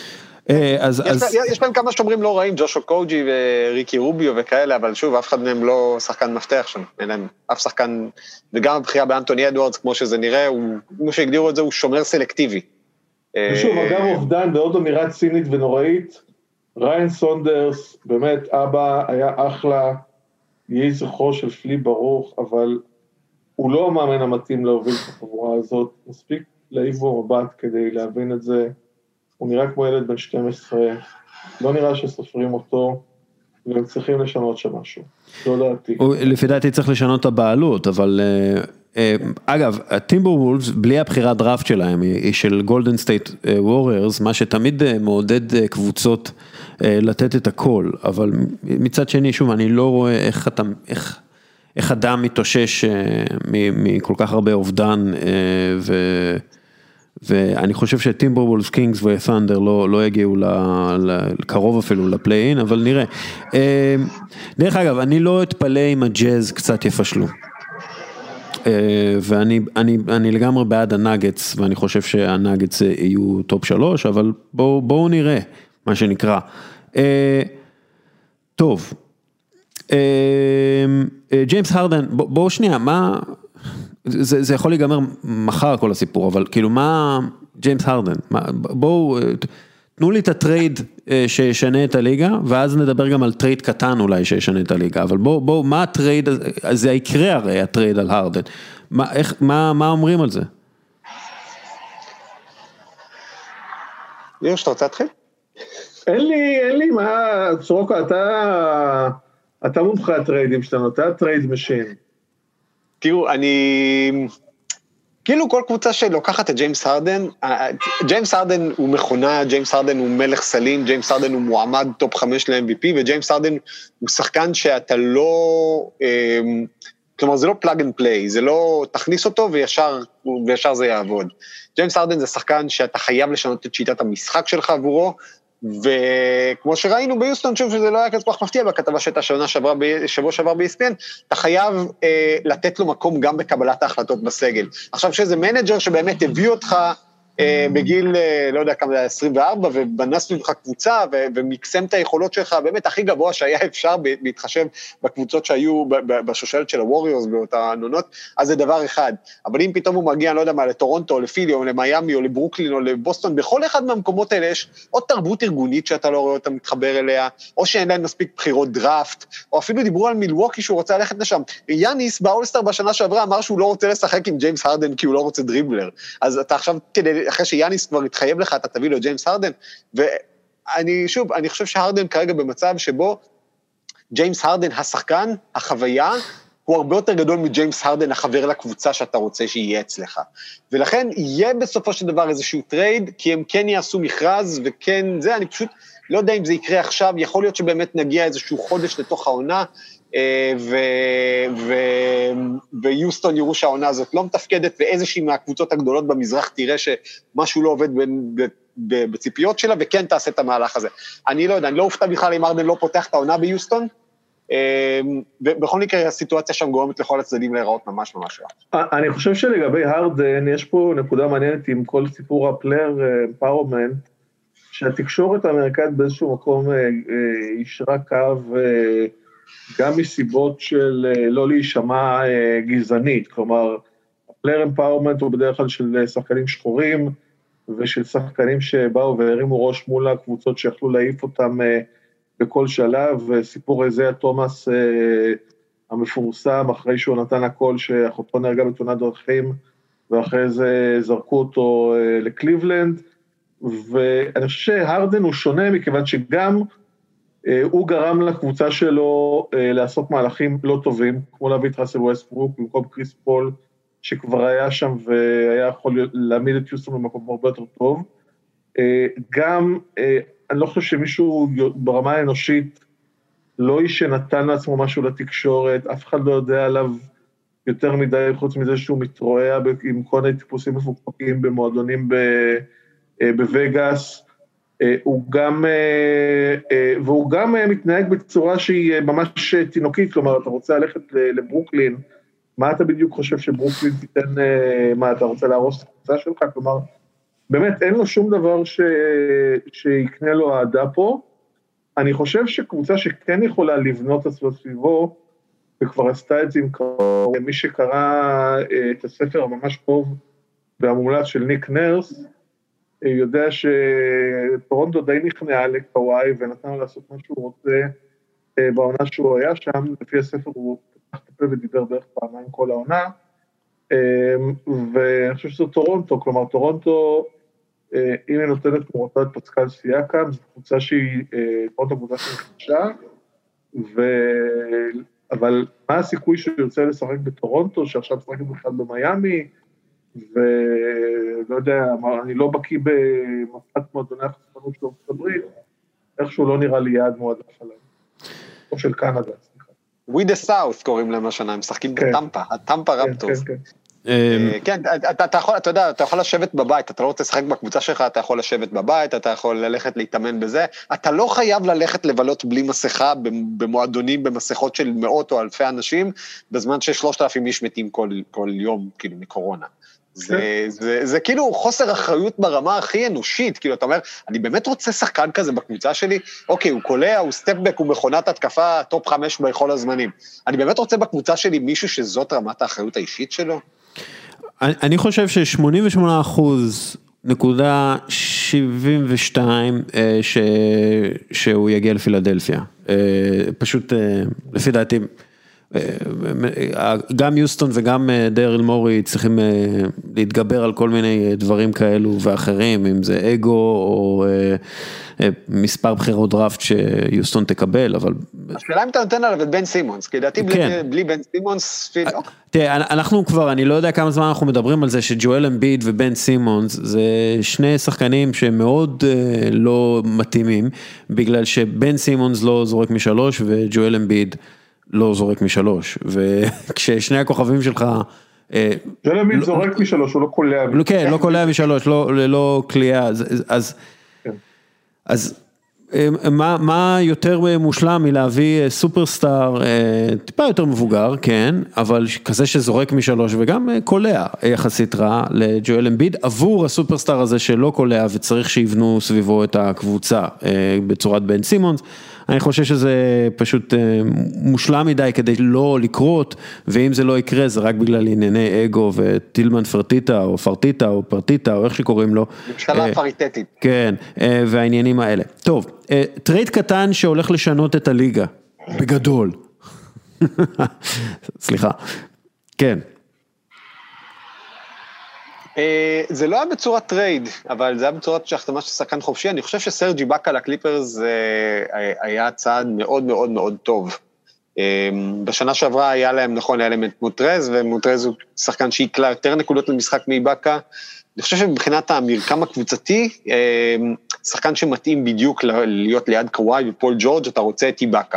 Speaker 4: יש להם כמה שומרים לא רעים, ג'ושו קוג'י וריקי רוביו וכאלה, אבל שוב, אף אחד מהם לא שחקן מפתח שם, אין להם אף שחקן, וגם הבחירה באנטוני אדוארדס, כמו שזה נראה, כמו שהגדירו את זה, הוא שומר סלקטיבי.
Speaker 2: ושוב, אגב אובדן בעוד אמירה צינית ונוראית, ריין סונדרס, באמת אבא היה אחלה, יהי זכרו של פלי ברוך, אבל הוא לא המאמן המתאים להוביל את החבורה הזאת, מספיק להיבו מבט כדי להבין את זה, הוא נראה כמו ילד בן שתים עשרה, לא נראה שסופרים אותו, והם צריכים לשנות שם משהו, לא דעתי.
Speaker 1: לפי דעתי צריך לשנות את הבעלות, אבל אגב, הטימבר וולפס, בלי הבחירת דראפט שלהם, היא של גולדן סטייט ווריירס, מה שתמיד מעודד קבוצות לתת את הכל, אבל מצד שני, שוב, אני לא רואה איך אתה, איך, איך אדם מתאושש מכל כך הרבה אובדן, ו... ואני חושב שטימבר וולפס, קינגס ות'נדר לא, לא יגיעו לקרוב אפילו לפליין, אבל נראה. דרך אגב, אני לא אתפלא אם הג'אז קצת יפשלו. ואני אני, אני לגמרי בעד הנאגטס, ואני חושב שהנאגטס יהיו טופ שלוש, אבל בואו, בואו נראה, מה שנקרא. טוב. ג'יימס הרדן, בואו שנייה, מה... זה, זה יכול להיגמר מחר כל הסיפור, אבל כאילו מה, ג'יימס הרדן, מה, בואו, תנו לי את הטרייד שישנה את הליגה, ואז נדבר גם על טרייד קטן אולי שישנה את הליגה, אבל בואו, בואו, מה הטרייד, זה יקרה הרי הטרייד על הרדן, מה, איך, מה, מה אומרים על זה?
Speaker 4: יור, שאתה רוצה להתחיל?
Speaker 2: אין לי, אין לי, מה, סורוקה, אתה, אתה מומחה הטריידים שלנו, אתה הטרייד משין.
Speaker 4: תראו, אני, כאילו כל קבוצה שלוקחת את ג'יימס הרדן, ג'יימס הרדן הוא מכונה, ג'יימס הרדן הוא מלך סלים, ג'יימס הרדן הוא מועמד טופ חמש ל-אם וי פי, וג'יימס הרדן הוא שחקן שאתה לא, כלומר זה לא פלאג אנד פליי, זה לא תכניס אותו וישר, וישר זה יעבוד. ג'יימס הרדן זה שחקן שאתה חייב לשנות את שיטת המשחק שלך עבורו, וכמו שראינו ביוסטון, שוב שזה לא היה כל כך מפתיע בכתבה שהייתה שבוע שעבר, שבוע שעבר ב-אי אס פי אן, אתה חייב אה, לתת לו מקום גם בקבלת ההחלטות בסגל. עכשיו שזה מנג'ר שבאמת הביא אותך אה, בגיל, אה, לא יודע כמה, עשרים וארבע, ובנס ממך קבוצה, ו- ומקסם את היכולות שלך, באמת הכי גבוה שהיה אפשר להתחשב בקבוצות שהיו בשושלת של הווריורס, באותה ענונות, אז זה דבר אחד. אבל אם פתאום הוא מגיע, לא יודע מה, לטורונטו, או לפילי, או למיימי, או לברוקלין, או לבוסטון, בכל אחד מהמקומות האלה יש או תרבות ארגונית שאתה לא רואה אותה מתחבר אליה, או שאין להם מספיק בחירות דראפט, או אפילו דיברו על מילווקי שהוא רוצה ללכת לשם. יאניס באולסטאר בשנה שעברה אמר שהוא לא רוצה לשחק עם ג'יימס הרדן כי הוא לא רוצה דריבלר. אז אתה עכשיו, כדי, אחרי שיאניס כבר התחייב לך, אתה תביא לו ג'יימס הרדן, ואני, שוב, אני חושב שהרדן כרגע במצב שבו ג'יימס הרדן, השחקן, החוויה, הוא הרבה יותר גדול מג'יימס הרדן, החבר לקבוצה שאתה רוצה שיהיה אצלך. ולכן יהיה בסופו של דבר איזשהו טרייד, כי הם כן יעשו מכרז, וכן זה, אני פשוט לא יודע אם זה יקרה עכשיו, יכול להיות שבאמת נגיע איזשהו חודש לתוך העונה, ו... ו... ויוסטון יראו שהעונה הזאת לא מתפקדת, ואיזושהי מהקבוצות הגדולות במזרח תראה שמשהו לא עובד בציפיות שלה, וכן תעשה את המהלך הזה. אני לא יודע, אני לא אופתע בכלל אם הרדן לא פותח את העונה ביוסטון, ובכל מקרה הסיטואציה שם גורמת לכל הצדדים להיראות ממש ממש רע.
Speaker 2: אני חושב שלגבי הרדן, יש פה נקודה מעניינת עם כל סיפור הפלייר אמפאורמנט, שהתקשורת האמריקאית באיזשהו מקום ישרה קו, גם מסיבות של לא להישמע גזענית, כלומר, הפלייר אמפאורמנט הוא בדרך כלל של שחקנים שחורים, ושל שחקנים שבאו והרימו ראש מול הקבוצות שיכלו להעיף אותם בכל שלב, וסיפור איזיה תומאס המפורסם, אחרי שהוא נתן הכל שאחותו נהרגה בתאונת דרכים, ואחרי זה זרקו אותו לקליבלנד, ואני חושב שהרדן הוא שונה, מכיוון שגם הוא גרם לקבוצה שלו לעשות מהלכים לא טובים, כמו להביא את ראסל ווסטברוק, במקום קריס פול, שכבר היה שם והיה יכול להעמיד את יוסטון במקום הרבה יותר טוב. גם, אני לא חושב שמישהו ברמה האנושית, לא איש שנתן לעצמו משהו לתקשורת, אף אחד לא יודע עליו יותר מדי, חוץ מזה שהוא מתרועע עם כל מיני טיפוסים מפוקפקים במועדונים בווגאס, הוא גם, והוא גם מתנהג בצורה שהיא ממש תינוקית, כלומר, אתה רוצה ללכת לברוקלין, מה אתה בדיוק חושב שברוקלין תיתן, מה אתה רוצה להרוס את הקבוצה שלך? כלומר, באמת אין לו שום דבר ש... שיקנה לו העדה פה, אני חושב שקבוצה שכן יכולה לבנות את סביבו, וכבר עשתה את זה עם קרוב, מי שקרא את הספר הממש טוב והמומלץ של ניק נרס, יודע שטורונטו די נכנעה לקוואי ונתן לו לעשות מה שהוא רוצה בעונה שהוא היה שם, לפי הספר הוא פתח את הפה ודיבר בערך פעמיים כל העונה, ואני חושב שזו טורונטו, כלומר טורונטו, אם היא נותנת כמותה את פסקל סייקם, זו קבוצה שהיא, טורונטו קבוצה שהיא חדשה, ו... אבל מה הסיכוי שהוא ירצה לשחק בטורונטו, שעכשיו שחק בכלל במיימי, ולא יודע, אני לא בקיא במפת מועדוני החשפנות של ארצות הברית, איכשהו לא נראה לי יעד מועדף עליהם, או של קנדה, סליחה.
Speaker 4: We the South קוראים להם השנה, הם משחקים בטמפה, הטמפה רפטורס. כן, אתה יכול, אתה יודע, אתה יכול לשבת בבית, אתה לא רוצה לשחק בקבוצה שלך, אתה יכול לשבת בבית, אתה יכול ללכת להתאמן בזה, אתה לא חייב ללכת לבלות בלי מסכה, במועדונים, במסכות של מאות או אלפי אנשים, בזמן ששלושת אלפים איש מתים כל יום, כאילו, מקורונה. זה, זה, זה כאילו חוסר אחריות ברמה הכי אנושית, כאילו אתה אומר, אני באמת רוצה שחקן כזה בקבוצה שלי, אוקיי, הוא קולע, הוא סטפבק, הוא מכונת התקפה, טופ חמש בכל הזמנים. אני באמת רוצה בקבוצה שלי מישהו שזאת רמת האחריות האישית שלו?
Speaker 1: אני, אני חושב ש-שמונים ושמונה אחוז נקודה שבעים ושתיים ש, שהוא יגיע לפילדלפיה. פשוט, לפי דעתי, גם יוסטון וגם דריל מורי צריכים להתגבר על כל מיני דברים כאלו ואחרים, אם זה אגו או מספר בחירות דראפט שיוסטון תקבל, אבל...
Speaker 4: השאלה אם אתה נותן עליו את בן סימונס, כי לדעתי בלי בן סימונס...
Speaker 1: תראה, אנחנו כבר, אני לא יודע כמה זמן אנחנו מדברים על זה, שג'ואל אמביד ובן סימונס, זה שני שחקנים שהם מאוד לא מתאימים, בגלל שבן סימונס לא זורק משלוש, וג'ואל אמביד לא זורק משלוש, וכששני הכוכבים שלך...
Speaker 2: ג'ואל אמביד זורק משלוש, הוא לא קולע משלוש.
Speaker 1: כן, לא קולע משלוש, לא קליעה, אז... אז מה, מה יותר מושלם מלהביא סופרסטאר, טיפה יותר מבוגר, כן, אבל כזה שזורק משלוש וגם קולע יחסית רע לג'ואל אמביד, עבור הסופרסטאר הזה שלא קולע וצריך שיבנו סביבו את הקבוצה בצורת בן סימונס, אני חושב שזה פשוט מושלם מדי כדי לא לקרות, ואם זה לא יקרה זה רק בגלל ענייני אגו וטילמן פרטיטה או פרטיטה או פרטיטה או איך שקוראים לו.
Speaker 4: משקלה פריטטית.
Speaker 1: כן, והעניינים האלה. טוב, טרייד קטן שהולך לשנות את הליגה, בגדול. סליחה, כן.
Speaker 4: זה לא היה בצורת טרייד, אבל זה היה בצורת שהחתמה של שחקן חופשי, אני חושב שסרג'י באקה לקליפרס היה צעד מאוד מאוד מאוד טוב. בשנה שעברה היה להם, נכון, היה להם את מוטרז, ומוטרז הוא שחקן שיקלה יותר נקודות למשחק מבאקה, אני חושב שמבחינת המרקם הקבוצתי, שחקן שמתאים בדיוק להיות ליד קוואי ופול ג'ורג', אתה רוצה את איבאקה.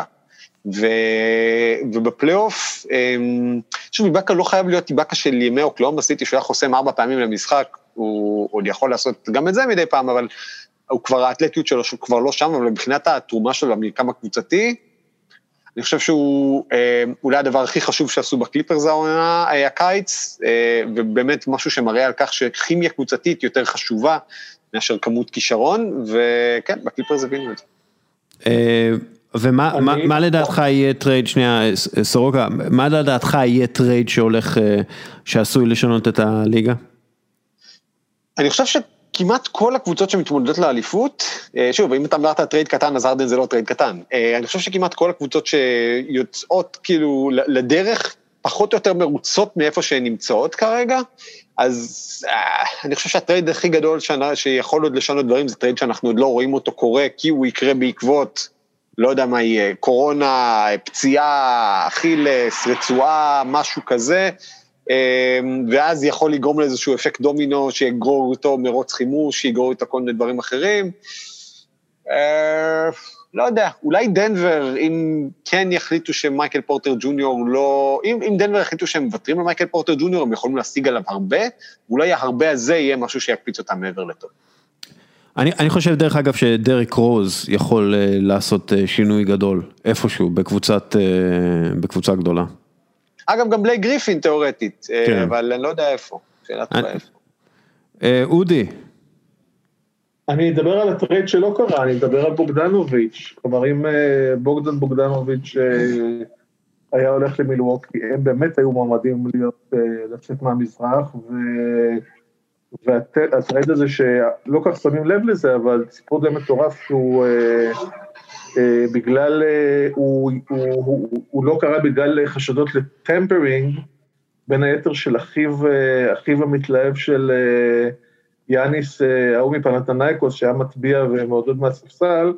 Speaker 4: ובפלייאוף, שוב, איבאקה לא חייב להיות איבאקה של ימי אוקלאומה סיטי, שהוא היה חוסם ארבע פעמים למשחק, הוא עוד יכול לעשות גם את זה מדי פעם, אבל הוא כבר, האתלטיות שלו, שהוא כבר לא שם, אבל מבחינת התרומה שלו למרקם הקבוצתי, אני חושב שהוא אולי הדבר הכי חשוב שעשו בקליפרס העונה, היה קיץ, ובאמת משהו שמראה על כך שכימיה קבוצתית יותר חשובה, מאשר כמות כישרון, וכן, בקליפרס הבינו את זה.
Speaker 1: ומה מה, מה לדעתך יהיה טרייד, שנייה, סורוקה, מה לדעתך יהיה טרייד שהולך, שעשוי לשנות את הליגה?
Speaker 4: אני חושב שכמעט כל הקבוצות שמתמודדות לאליפות, שוב, אם אתה אמרת טרייד קטן, אז ארדן זה לא טרייד קטן, אני חושב שכמעט כל הקבוצות שיוצאות כאילו לדרך, פחות או יותר מרוצות מאיפה שהן נמצאות כרגע, אז אני חושב שהטרייד הכי גדול שיכול עוד לשנות דברים, זה טרייד שאנחנו עוד לא רואים אותו קורה, כי הוא יקרה בעקבות, לא יודע מה יהיה, קורונה, פציעה, אכילס, רצועה, משהו כזה, ואז יכול לגרום לאיזשהו אפקט דומינו, שיגרור אותו מרוץ חימוש, שיגרור את כל מיני דברים אחרים. לא יודע, אולי דנבר, אם כן יחליטו שמייקל פורטר ג'וניור לא, אם, אם דנבר יחליטו שהם מוותרים על מייקל פורטר ג'וניור, הם יכולים להשיג עליו הרבה, ואולי הרבה הזה יהיה משהו שיקפיץ אותם מעבר לטוב.
Speaker 1: אני, אני חושב דרך אגב שדריק רוז יכול uh, לעשות uh, שינוי גדול, איפשהו, בקבוצת, uh, בקבוצה גדולה.
Speaker 4: אגב, גם בלי גריפין תיאורטית, כן. uh, אבל אני לא יודע איפה, שאלה טובה איפה.
Speaker 1: Uh, אודי,
Speaker 2: אני אדבר על הטרייד שלא קרה, אני אדבר על בוגדנוביץ', כלומר אם בוגדן בוגדנוביץ' היה הולך למילווקי, הם באמת היו מועמדים להיות, לצאת מהמזרח, והטרייד הזה שלא כך שמים לב לזה, אבל סיפור די מטורף שהוא, בגלל, הוא, הוא, הוא, הוא לא קרה בגלל חשדות לטמפרינג, בין היתר של אחיו, אחיו המתלהב של יאניס, ההוא מפנתנייקוס, שהיה מטביע ומעודד מהספסל,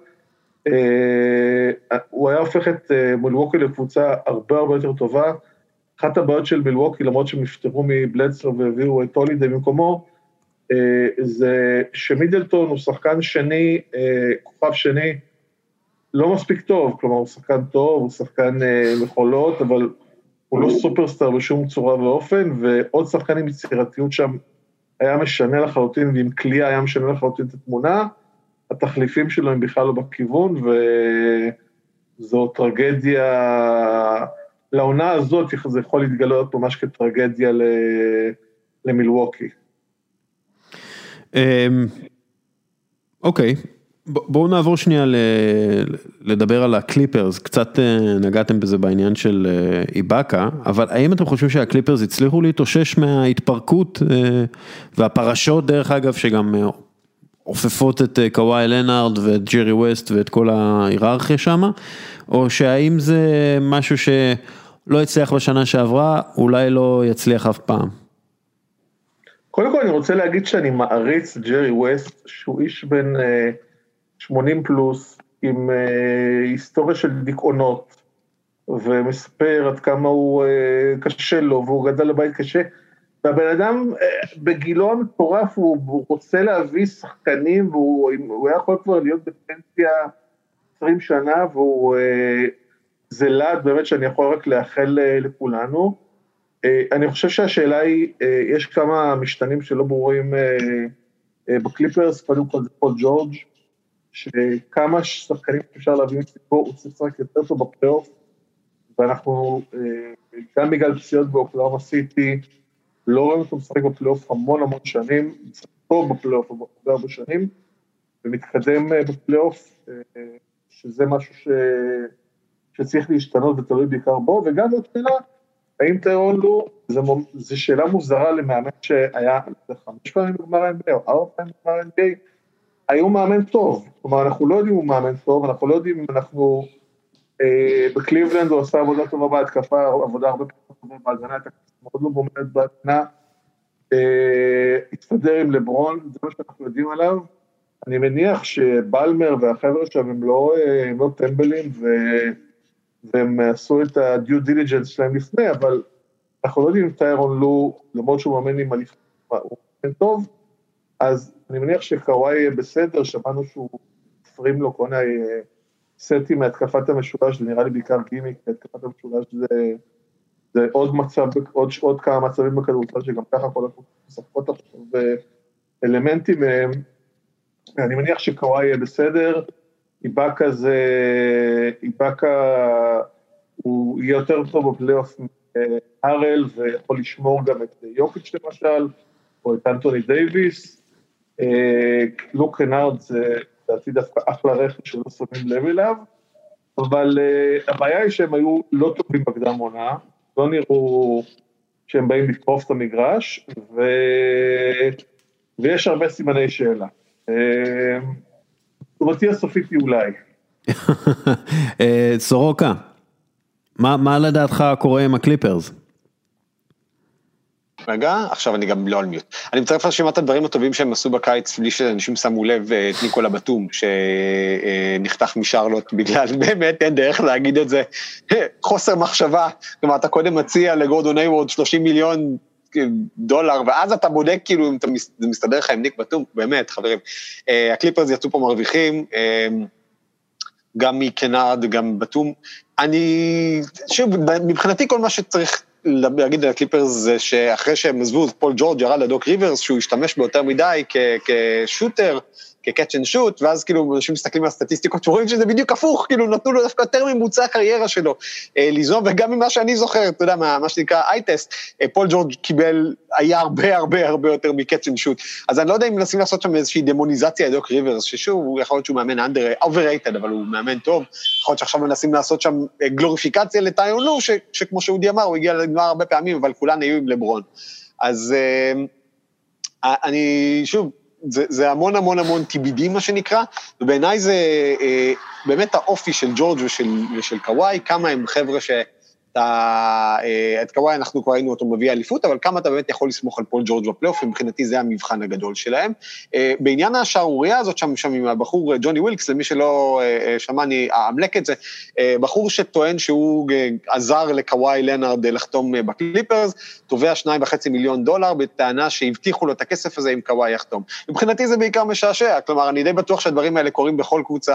Speaker 2: הוא היה הופך את מילווקי לקבוצה הרבה הרבה יותר טובה. אחת הבעיות של מילווקי, למרות שהם נפטרו מבלדסו והביאו את הולידי במקומו, זה שמידלטון הוא שחקן שני, כוכב שני, לא מספיק טוב, כלומר הוא שחקן טוב, הוא שחקן מחולות, אבל הוא לא סופרסטאר בשום צורה ואופן, ועוד שחקן עם יצירתיות שם היה משנה לחלוטין, ועם כלייה היה משנה לחלוטין את התמונה, התחליפים שלו הם בכלל לא בכיוון, וזו טרגדיה, לעונה הזאת זה יכול להתגלות ממש כטרגדיה למילווקי.
Speaker 1: אוקיי, בואו נעבור שנייה לדבר על הקליפרס, קצת נגעתם בזה בעניין של איבאקה, אבל האם אתם חושבים שהקליפרס הצליחו להתאושש מההתפרקות והפרשות דרך אגב שגם עופפות את קוואי לנארד ואת ג'רי ווסט ואת כל ההיררכיה שם, או שהאם זה משהו שלא הצליח בשנה שעברה, אולי לא יצליח אף פעם?
Speaker 2: קודם כל אני רוצה להגיד שאני מעריץ ג'רי ווסט, שהוא איש בין שמונים פלוס, עם היסטוריה של דיכאונות, ומספר עד כמה הוא קשה לו, והוא גדל לבית קשה, והבן אדם בגילו המטורף, הוא רוצה להביא שחקנים, והוא היה יכול כבר להיות בפנסיה עשרים שנה, והוא זה לעד באמת שאני יכול רק לאחל לכולנו. אני חושב שהשאלה היא, יש כמה משתנים שלא ברורים בקליפרס, קודם כל זה פול ג'ורג', שכמה שחקנים אפשר להביא מסיפו, הוא צריך רק יותר טוב בפלייאוף, ואנחנו גם בגלל פציעות באוקלהומה סיטי, לא רואים אותו משחק בפלייאוף המון המון שנים, משחק טוב בפלייאוף הרבה הרבה שנים, ומתקדם בפלייאוף, שזה משהו ש... שצריך להשתנות ותלוי בעיקר בו, וגם עוד שאלה, האם טיירון לו, זו שאלה מוזרה למאמן שהיה חמש פעמים בגמר ה-אן בי איי, או ארבע פעמים בגמר ה-אן בי איי, היו מאמן טוב, כלומר אנחנו לא יודעים הוא מאמן טוב, אנחנו לא יודעים אם אנחנו, אה, בקליבלנד הוא עשה עבודה טובה בהתקפה, עבודה הרבה פחות טובה בהגנה, הייתה מאוד לא בומדת בהגנה, אה, הסתדר עם לברון, זה מה שאנחנו יודעים עליו, אני מניח שבלמר והחבר'ה שם הם לא, הם לא טמבלים, ו... והם עשו את ה-due diligence שלהם לפני, אבל אנחנו לא יודעים אם טיירון לו, למרות שהוא מאמן עם הליך, הוא מאמן טוב, אז אני מניח שקוואי יהיה בסדר, שמענו שהוא פרים לו כל מיני סטי מהתקפת המשולש, זה נראה לי בעיקר גימיק, התקפת המשולש זה, זה עוד מצב, עוד, עוד כמה מצבים בכדורסל, שגם ככה כל הקבוצות משחקות עכשיו, ואלמנטים מהם, אני מניח שקוואי יהיה בסדר, איבאקה זה, איבאקה הוא יהיה יותר טוב בפלייאוף מהרל, ויכול לשמור גם את יוקיץ' למשל, או את אנטוני דייביס, לוק קנארד זה דעתי דווקא אחלה רכב שלא שמים לב אליו, אבל הבעיה היא שהם היו לא טובים בקדם עונה, לא נראו שהם באים לקרוף את המגרש, ו... ויש הרבה סימני שאלה. תגובתי הסופית היא אולי.
Speaker 1: סורוקה, מה לדעתך קורה עם הקליפרס?
Speaker 4: רגע, עכשיו אני גם לא על מיוט. אני מצטרף לרשימת הדברים הטובים שהם עשו בקיץ, בלי שאנשים שמו לב את ניקולה בטום, שנחתך משרלוט בגלל, באמת אין דרך להגיד את זה, חוסר מחשבה, כלומר אתה קודם מציע לגורדון היוורד שלושים מיליון דולר, ואז אתה בודק כאילו אם זה מסתדר לך עם ניק בטום, באמת חברים, הקליפרס יצאו פה מרוויחים, גם מקנארד, גם בטום, אני, שוב, מבחינתי כל מה שצריך להגיד על הקליפרס זה שאחרי שהם עזבו, פול ג'ורג' ירד לדוק ריברס, שהוא השתמש ביותר מדי כשוטר, כקאץ' אנד שוט, ואז כאילו אנשים מסתכלים על הסטטיסטיקות, ורואים שזה בדיוק הפוך, כאילו נתנו לו דווקא יותר ממוצע הקריירה שלו, ליזום, וגם ממה שאני זוכר, אתה יודע, מה שנקרא איי-טסט, פול ג'ורג' קיבל, היה הרבה הרבה הרבה יותר מקאץ' אנד שוט, אז אני לא יודע אם מנסים לעשות שם איזושהי דמוניזציה לדוק ריברס, ששוב, הוא יכול להיות שהוא מאמן אנדר, אובררייטד, אבל הוא מאמן טוב, יכול להיות שעכשיו מנסים לעשות שם גלוריפיקציה לטיון לו, שכמו שאודי אמר, הוא הגיע לגמר הרבה פעמים, אבל כולן היו עם לברון. אז אני, שוב, זה, זה המון המון המון טיבידים מה שנקרא, ובעיניי זה אה, באמת האופי של ג'ורג' ושל, ושל קוואי, כמה הם חבר'ה שאתה, אה, את קוואי אנחנו כבר ראינו אותו מביא אליפות, אבל כמה אתה באמת יכול לסמוך על פול ג'ורג' בפלייאוף, ומבחינתי זה המבחן הגדול שלהם. אה, בעניין השערוריה הזאת שם, שם עם הבחור ג'וני ווילקס, למי שלא אה, שמע, אני אעמלק את זה, אה, בחור שטוען שהוא אה, עזר לקוואי לנארד לחתום אה, בקליפרס, תובע שניים וחצי מיליון דולר, בטענה שהבטיחו לו את הכסף הזה עם קוואי יחתום. מבחינתי זה בעיקר משעשע, כלומר, אני די בטוח שהדברים האלה קורים בכל קבוצה,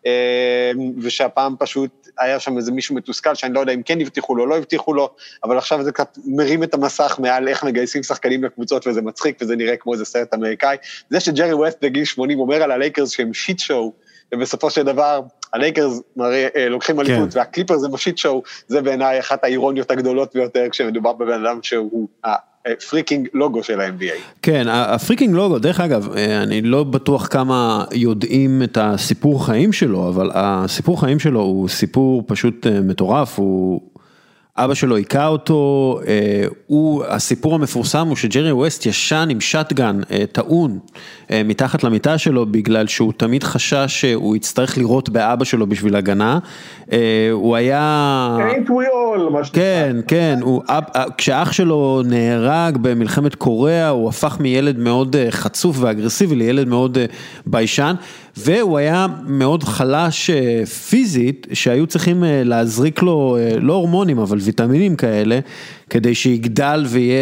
Speaker 4: ושהפעם פשוט היה שם איזה מישהו מתוסכל, שאני לא יודע אם כן הבטיחו לו, לא הבטיחו לו, אבל עכשיו זה קצת מרים את המסך מעל איך מגייסים שחקנים לקבוצות, וזה מצחיק, וזה נראה כמו איזה סרט אמריקאי. זה שג'רי ווסט בגיל שמונים אומר על הלייקרס שהם שיט שואו, ובסופו של דבר, הלייקרס לוקחים אליפות, והקליפר זה בשיט שואו, זה בעיניי אחת האירוניות הגדולות ביותר, כשמדובר בבן אדם שהוא הפריקינג לוגו של ה-אן בי איי.
Speaker 1: כן, הפריקינג לוגו, דרך אגב, אני לא בטוח כמה יודעים את הסיפור חיים שלו, אבל הסיפור חיים שלו הוא סיפור פשוט מטורף, הוא... אבא שלו היכה אותו, הוא, הסיפור המפורסם הוא שג'רי ווסט ישן עם שטגן טעון מתחת למיטה שלו, בגלל שהוא תמיד חשש שהוא יצטרך לראות באבא שלו בשביל הגנה, הוא היה...
Speaker 2: ain't we all, מה שנקרא.
Speaker 1: כן, כן, הוא, כשאח שלו נהרג במלחמת קוריאה, הוא הפך מילד מאוד חצוף ואגרסיבי לילד מאוד ביישן, והוא היה מאוד חלש פיזית, שהיו צריכים להזריק לו, לא הורמונים, אבל ויטמינים כאלה, כדי שיגדל ויהיה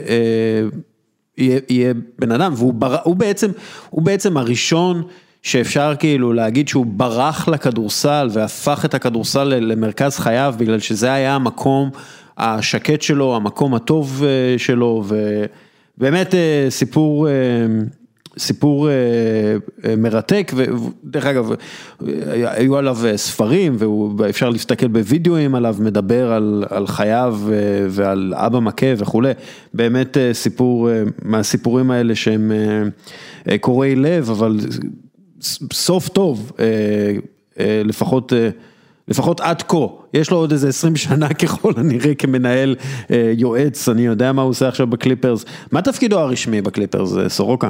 Speaker 1: יהיה, יהיה בן אדם, והוא בר, הוא בעצם, הוא בעצם הראשון שאפשר כאילו להגיד שהוא ברח לכדורסל, והפך את הכדורסל למרכז חייו, בגלל שזה היה המקום השקט שלו, המקום הטוב שלו, ובאמת סיפור... סיפור מרתק, ודרך אגב, היו עליו ספרים, ואפשר להסתכל בווידאוים עליו, מדבר על, על חייו ועל אבא מכה וכו'. באמת סיפור, מהסיפורים האלה שהם קוראי לב, אבל סוף טוב, לפחות, לפחות עד כה. יש לו עוד איזה עשרים שנה ככל הנראה כמנהל יועץ, אני יודע מה הוא עושה עכשיו בקליפרס. מה תפקידו הרשמי בקליפרס, סורוקה?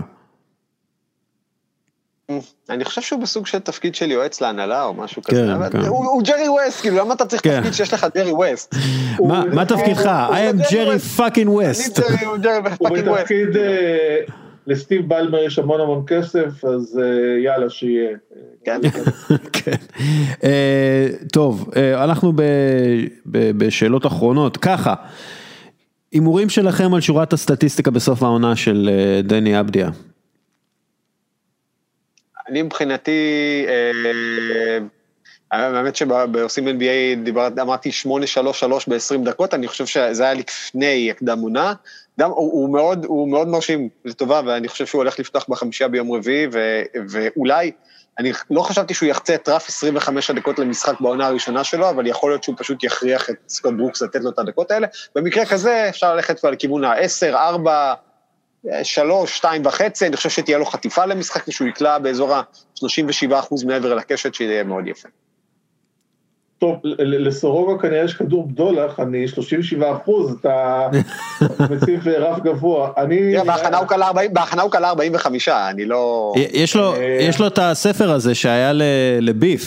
Speaker 4: אני חושב שהוא בסוג של תפקיד של יועץ להנהלה או משהו כזה, הוא ג'רי ווסט, כאילו למה אתה צריך תפקיד שיש לך ג'רי ווסט?
Speaker 1: מה תפקידך? I am Jerry fucking West.
Speaker 2: הוא בתפקיד, לסטיב בלמר יש המון המון כסף, אז יאללה שיהיה.
Speaker 4: כן.
Speaker 1: טוב, אנחנו בשאלות אחרונות, ככה, הימורים שלכם על שורת הסטטיסטיקה בסוף העונה של דני אבדיה. אני
Speaker 4: מבחינתי, האמת שבעושים אן בי איי אמרתי שמונה שלוש שלוש ב-עשרים דקות, אני חושב שזה היה לפני הקדם עונה, הוא מאוד, הוא מאוד מרשים לטובה, ואני חושב שהוא הולך לפתוח בחמישייה ביום רביעי, ואולי, אני לא חשבתי שהוא יחצה את רף עשרים וחמש הדקות למשחק בעונה הראשונה שלו, אבל יכול להיות שהוא פשוט יכריח את סקוט ברוקס לתת לו את הדקות האלה, במקרה כזה אפשר ללכת כבר לכיוון ה-עשר, ארבע, שלוש, שתיים וחצי, אני חושב שתהיה לו חטיפה למשחק, כשהוא יקלה באזור ה-שלושים ושבעה אחוז מעבר לקשת, שיהיה מאוד יפה.
Speaker 2: טוב, לסורוקה כנראה יש כדור בדולח, אני שלושים ושבעה אחוז, אתה מציב רף גבוה.
Speaker 4: בהכנה הוא קלה ארבעים וחמש, אני לא...
Speaker 1: יש לו את הספר הזה שהיה לביף,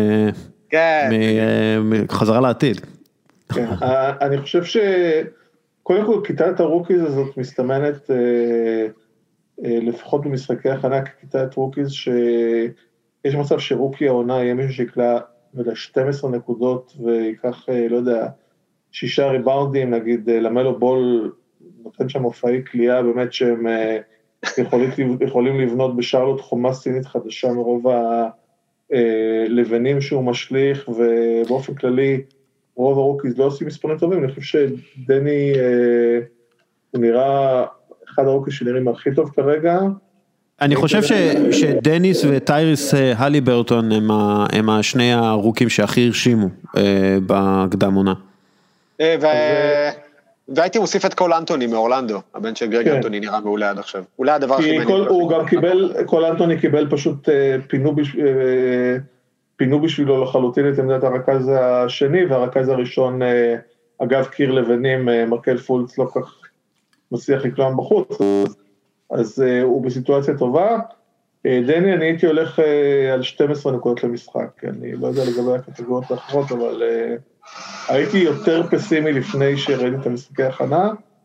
Speaker 1: מחזרה לעתיד.
Speaker 2: אני חושב ש... קודם כל, כיתת הרוקיז הזאת מסתמנת, אה, אה, לפחות במשחקי הכנה, כיתת רוקיז, שיש מצב שרוקי העונה יהיה מישהו שיקלה, שתים עשרה נקודות, ויקח, אה, לא יודע, שישה ריבאונדים, נגיד, אה, למלו בול, נותן שם הופעי קליעה, באמת שהם אה, יכולים, יכולים לבנות בשרלוט חומה סינית חדשה, מרוב הלבנים שהוא משליך, ובאופן כללי, רוב הרוקיז לא עושים מספרים טובים, אני חושב שדני, אה, הוא נראה אחד הרוקיז שנראים הכי טוב כרגע.
Speaker 1: אני חושב ש, שדניס וטייריס הליברטון הם, ה, הם השני הרוקים שהכי הרשימו אה, בקדם עונה.
Speaker 4: אה, ו... והייתי מוסיף את קול אנטוני מאורלנדו, הבן של גרג אנטוני נראה מעולה עד עכשיו. אולי הדבר הכי מעניין.
Speaker 2: הוא גם קיבל, קול אנטוני קיבל פשוט פינו, בש... פינו בשבילו לחלוטין את עמדת הרכז השני, והרכז הראשון, אגב קיר לבנים, מרקל פולץ לא כך מצליח לקלום בחוץ, אז הוא בסיטואציה טובה. דני, אני הייתי הולך על שתים עשרה נקודות למשחק, אני לא יודע לגבי הקטגוריות האחרות, אבל הייתי יותר פסימי לפני שראיתי את המשחקי הכנה,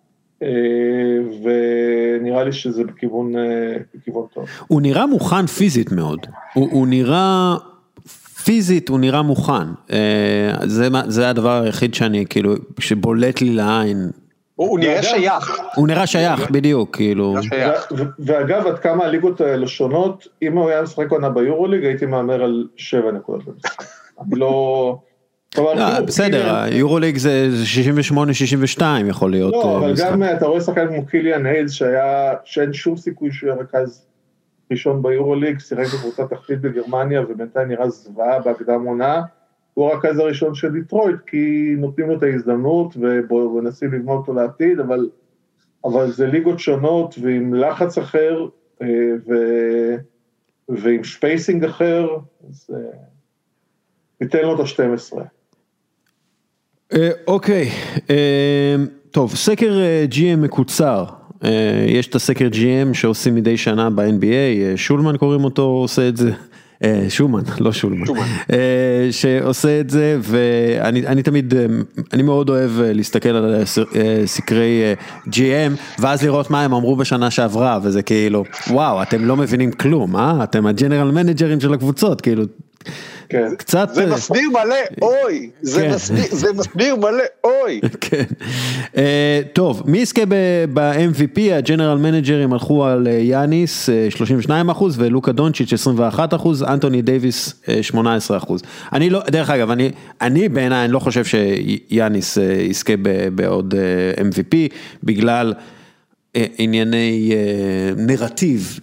Speaker 2: ונראה לי שזה בכיוון, בכיוון טוב.
Speaker 1: הוא נראה מוכן פיזית מאוד, הוא, הוא נראה, פיזית הוא נראה מוכן, זה, זה הדבר היחיד שאני, כאילו, שבולט לי לעין,
Speaker 4: הוא נראה שייך. הוא
Speaker 1: נראה שייך, בדיוק, כאילו.
Speaker 2: ואגב, עד כמה הליגות האלה שונות, אם הוא היה משחק עונה ביורוליג, הייתי מאמר על שבע נקודות. אני לא...
Speaker 1: בסדר, היורוליג זה שישים ושמונה שישים ושתיים יכול להיות.
Speaker 2: לא, אבל גם אתה רואה שחקן כמו קיליאן היילס, שאין שום סיכוי שהוא הרכז ראשון ביורוליג, שיחק בקבוצה תחתית בגרמניה, ובינתיים נראה זוועה בהקדם עונה, הוא הרכז הראשון של דיטרויט, כי נותנים לו את ההזדמנות, ומנסים לבנות אותו לעתיד, אבל, אבל זה ליגות שונות, ועם לחץ אחר, ו, ועם ספייסינג אחר, אז ניתן לו את ה-שתים עשרה.
Speaker 1: אוקיי, טוב, סקר ג'י אם מקוצר, יש את הסקר ג'י אם שעושים מדי שנה ב-אן בי איי, שולמן קוראים אותו, עושה את זה, שומן, לא שולמן, שעושה את זה, ואני אני תמיד, אני מאוד אוהב להסתכל על סקרי ג'י אם, ואז לראות מה הם אמרו בשנה שעברה, וזה כאילו, וואו, אתם לא מבינים כלום, אה? אתם הג'נרל מנג'רים של הקבוצות, כאילו,
Speaker 4: קצת... זה מסביר מלא, אוי, זה מסביר מלא, אוי.
Speaker 1: כן. טוב, מי יזכה ב-אם וי פי, הג'נרל מנג'רים הלכו על יאניס שלושים ושניים אחוז, ולוקה דונצ'יץ' עשרים ואחד אחוז, אנטוני דייביס שמונה עשרה אחוז. אני לא, דרך אגב, אני, אני בעיניי, אני לא חושב שיאניס יזכה בעוד אם וי פי, בגלל ענייני נרטיב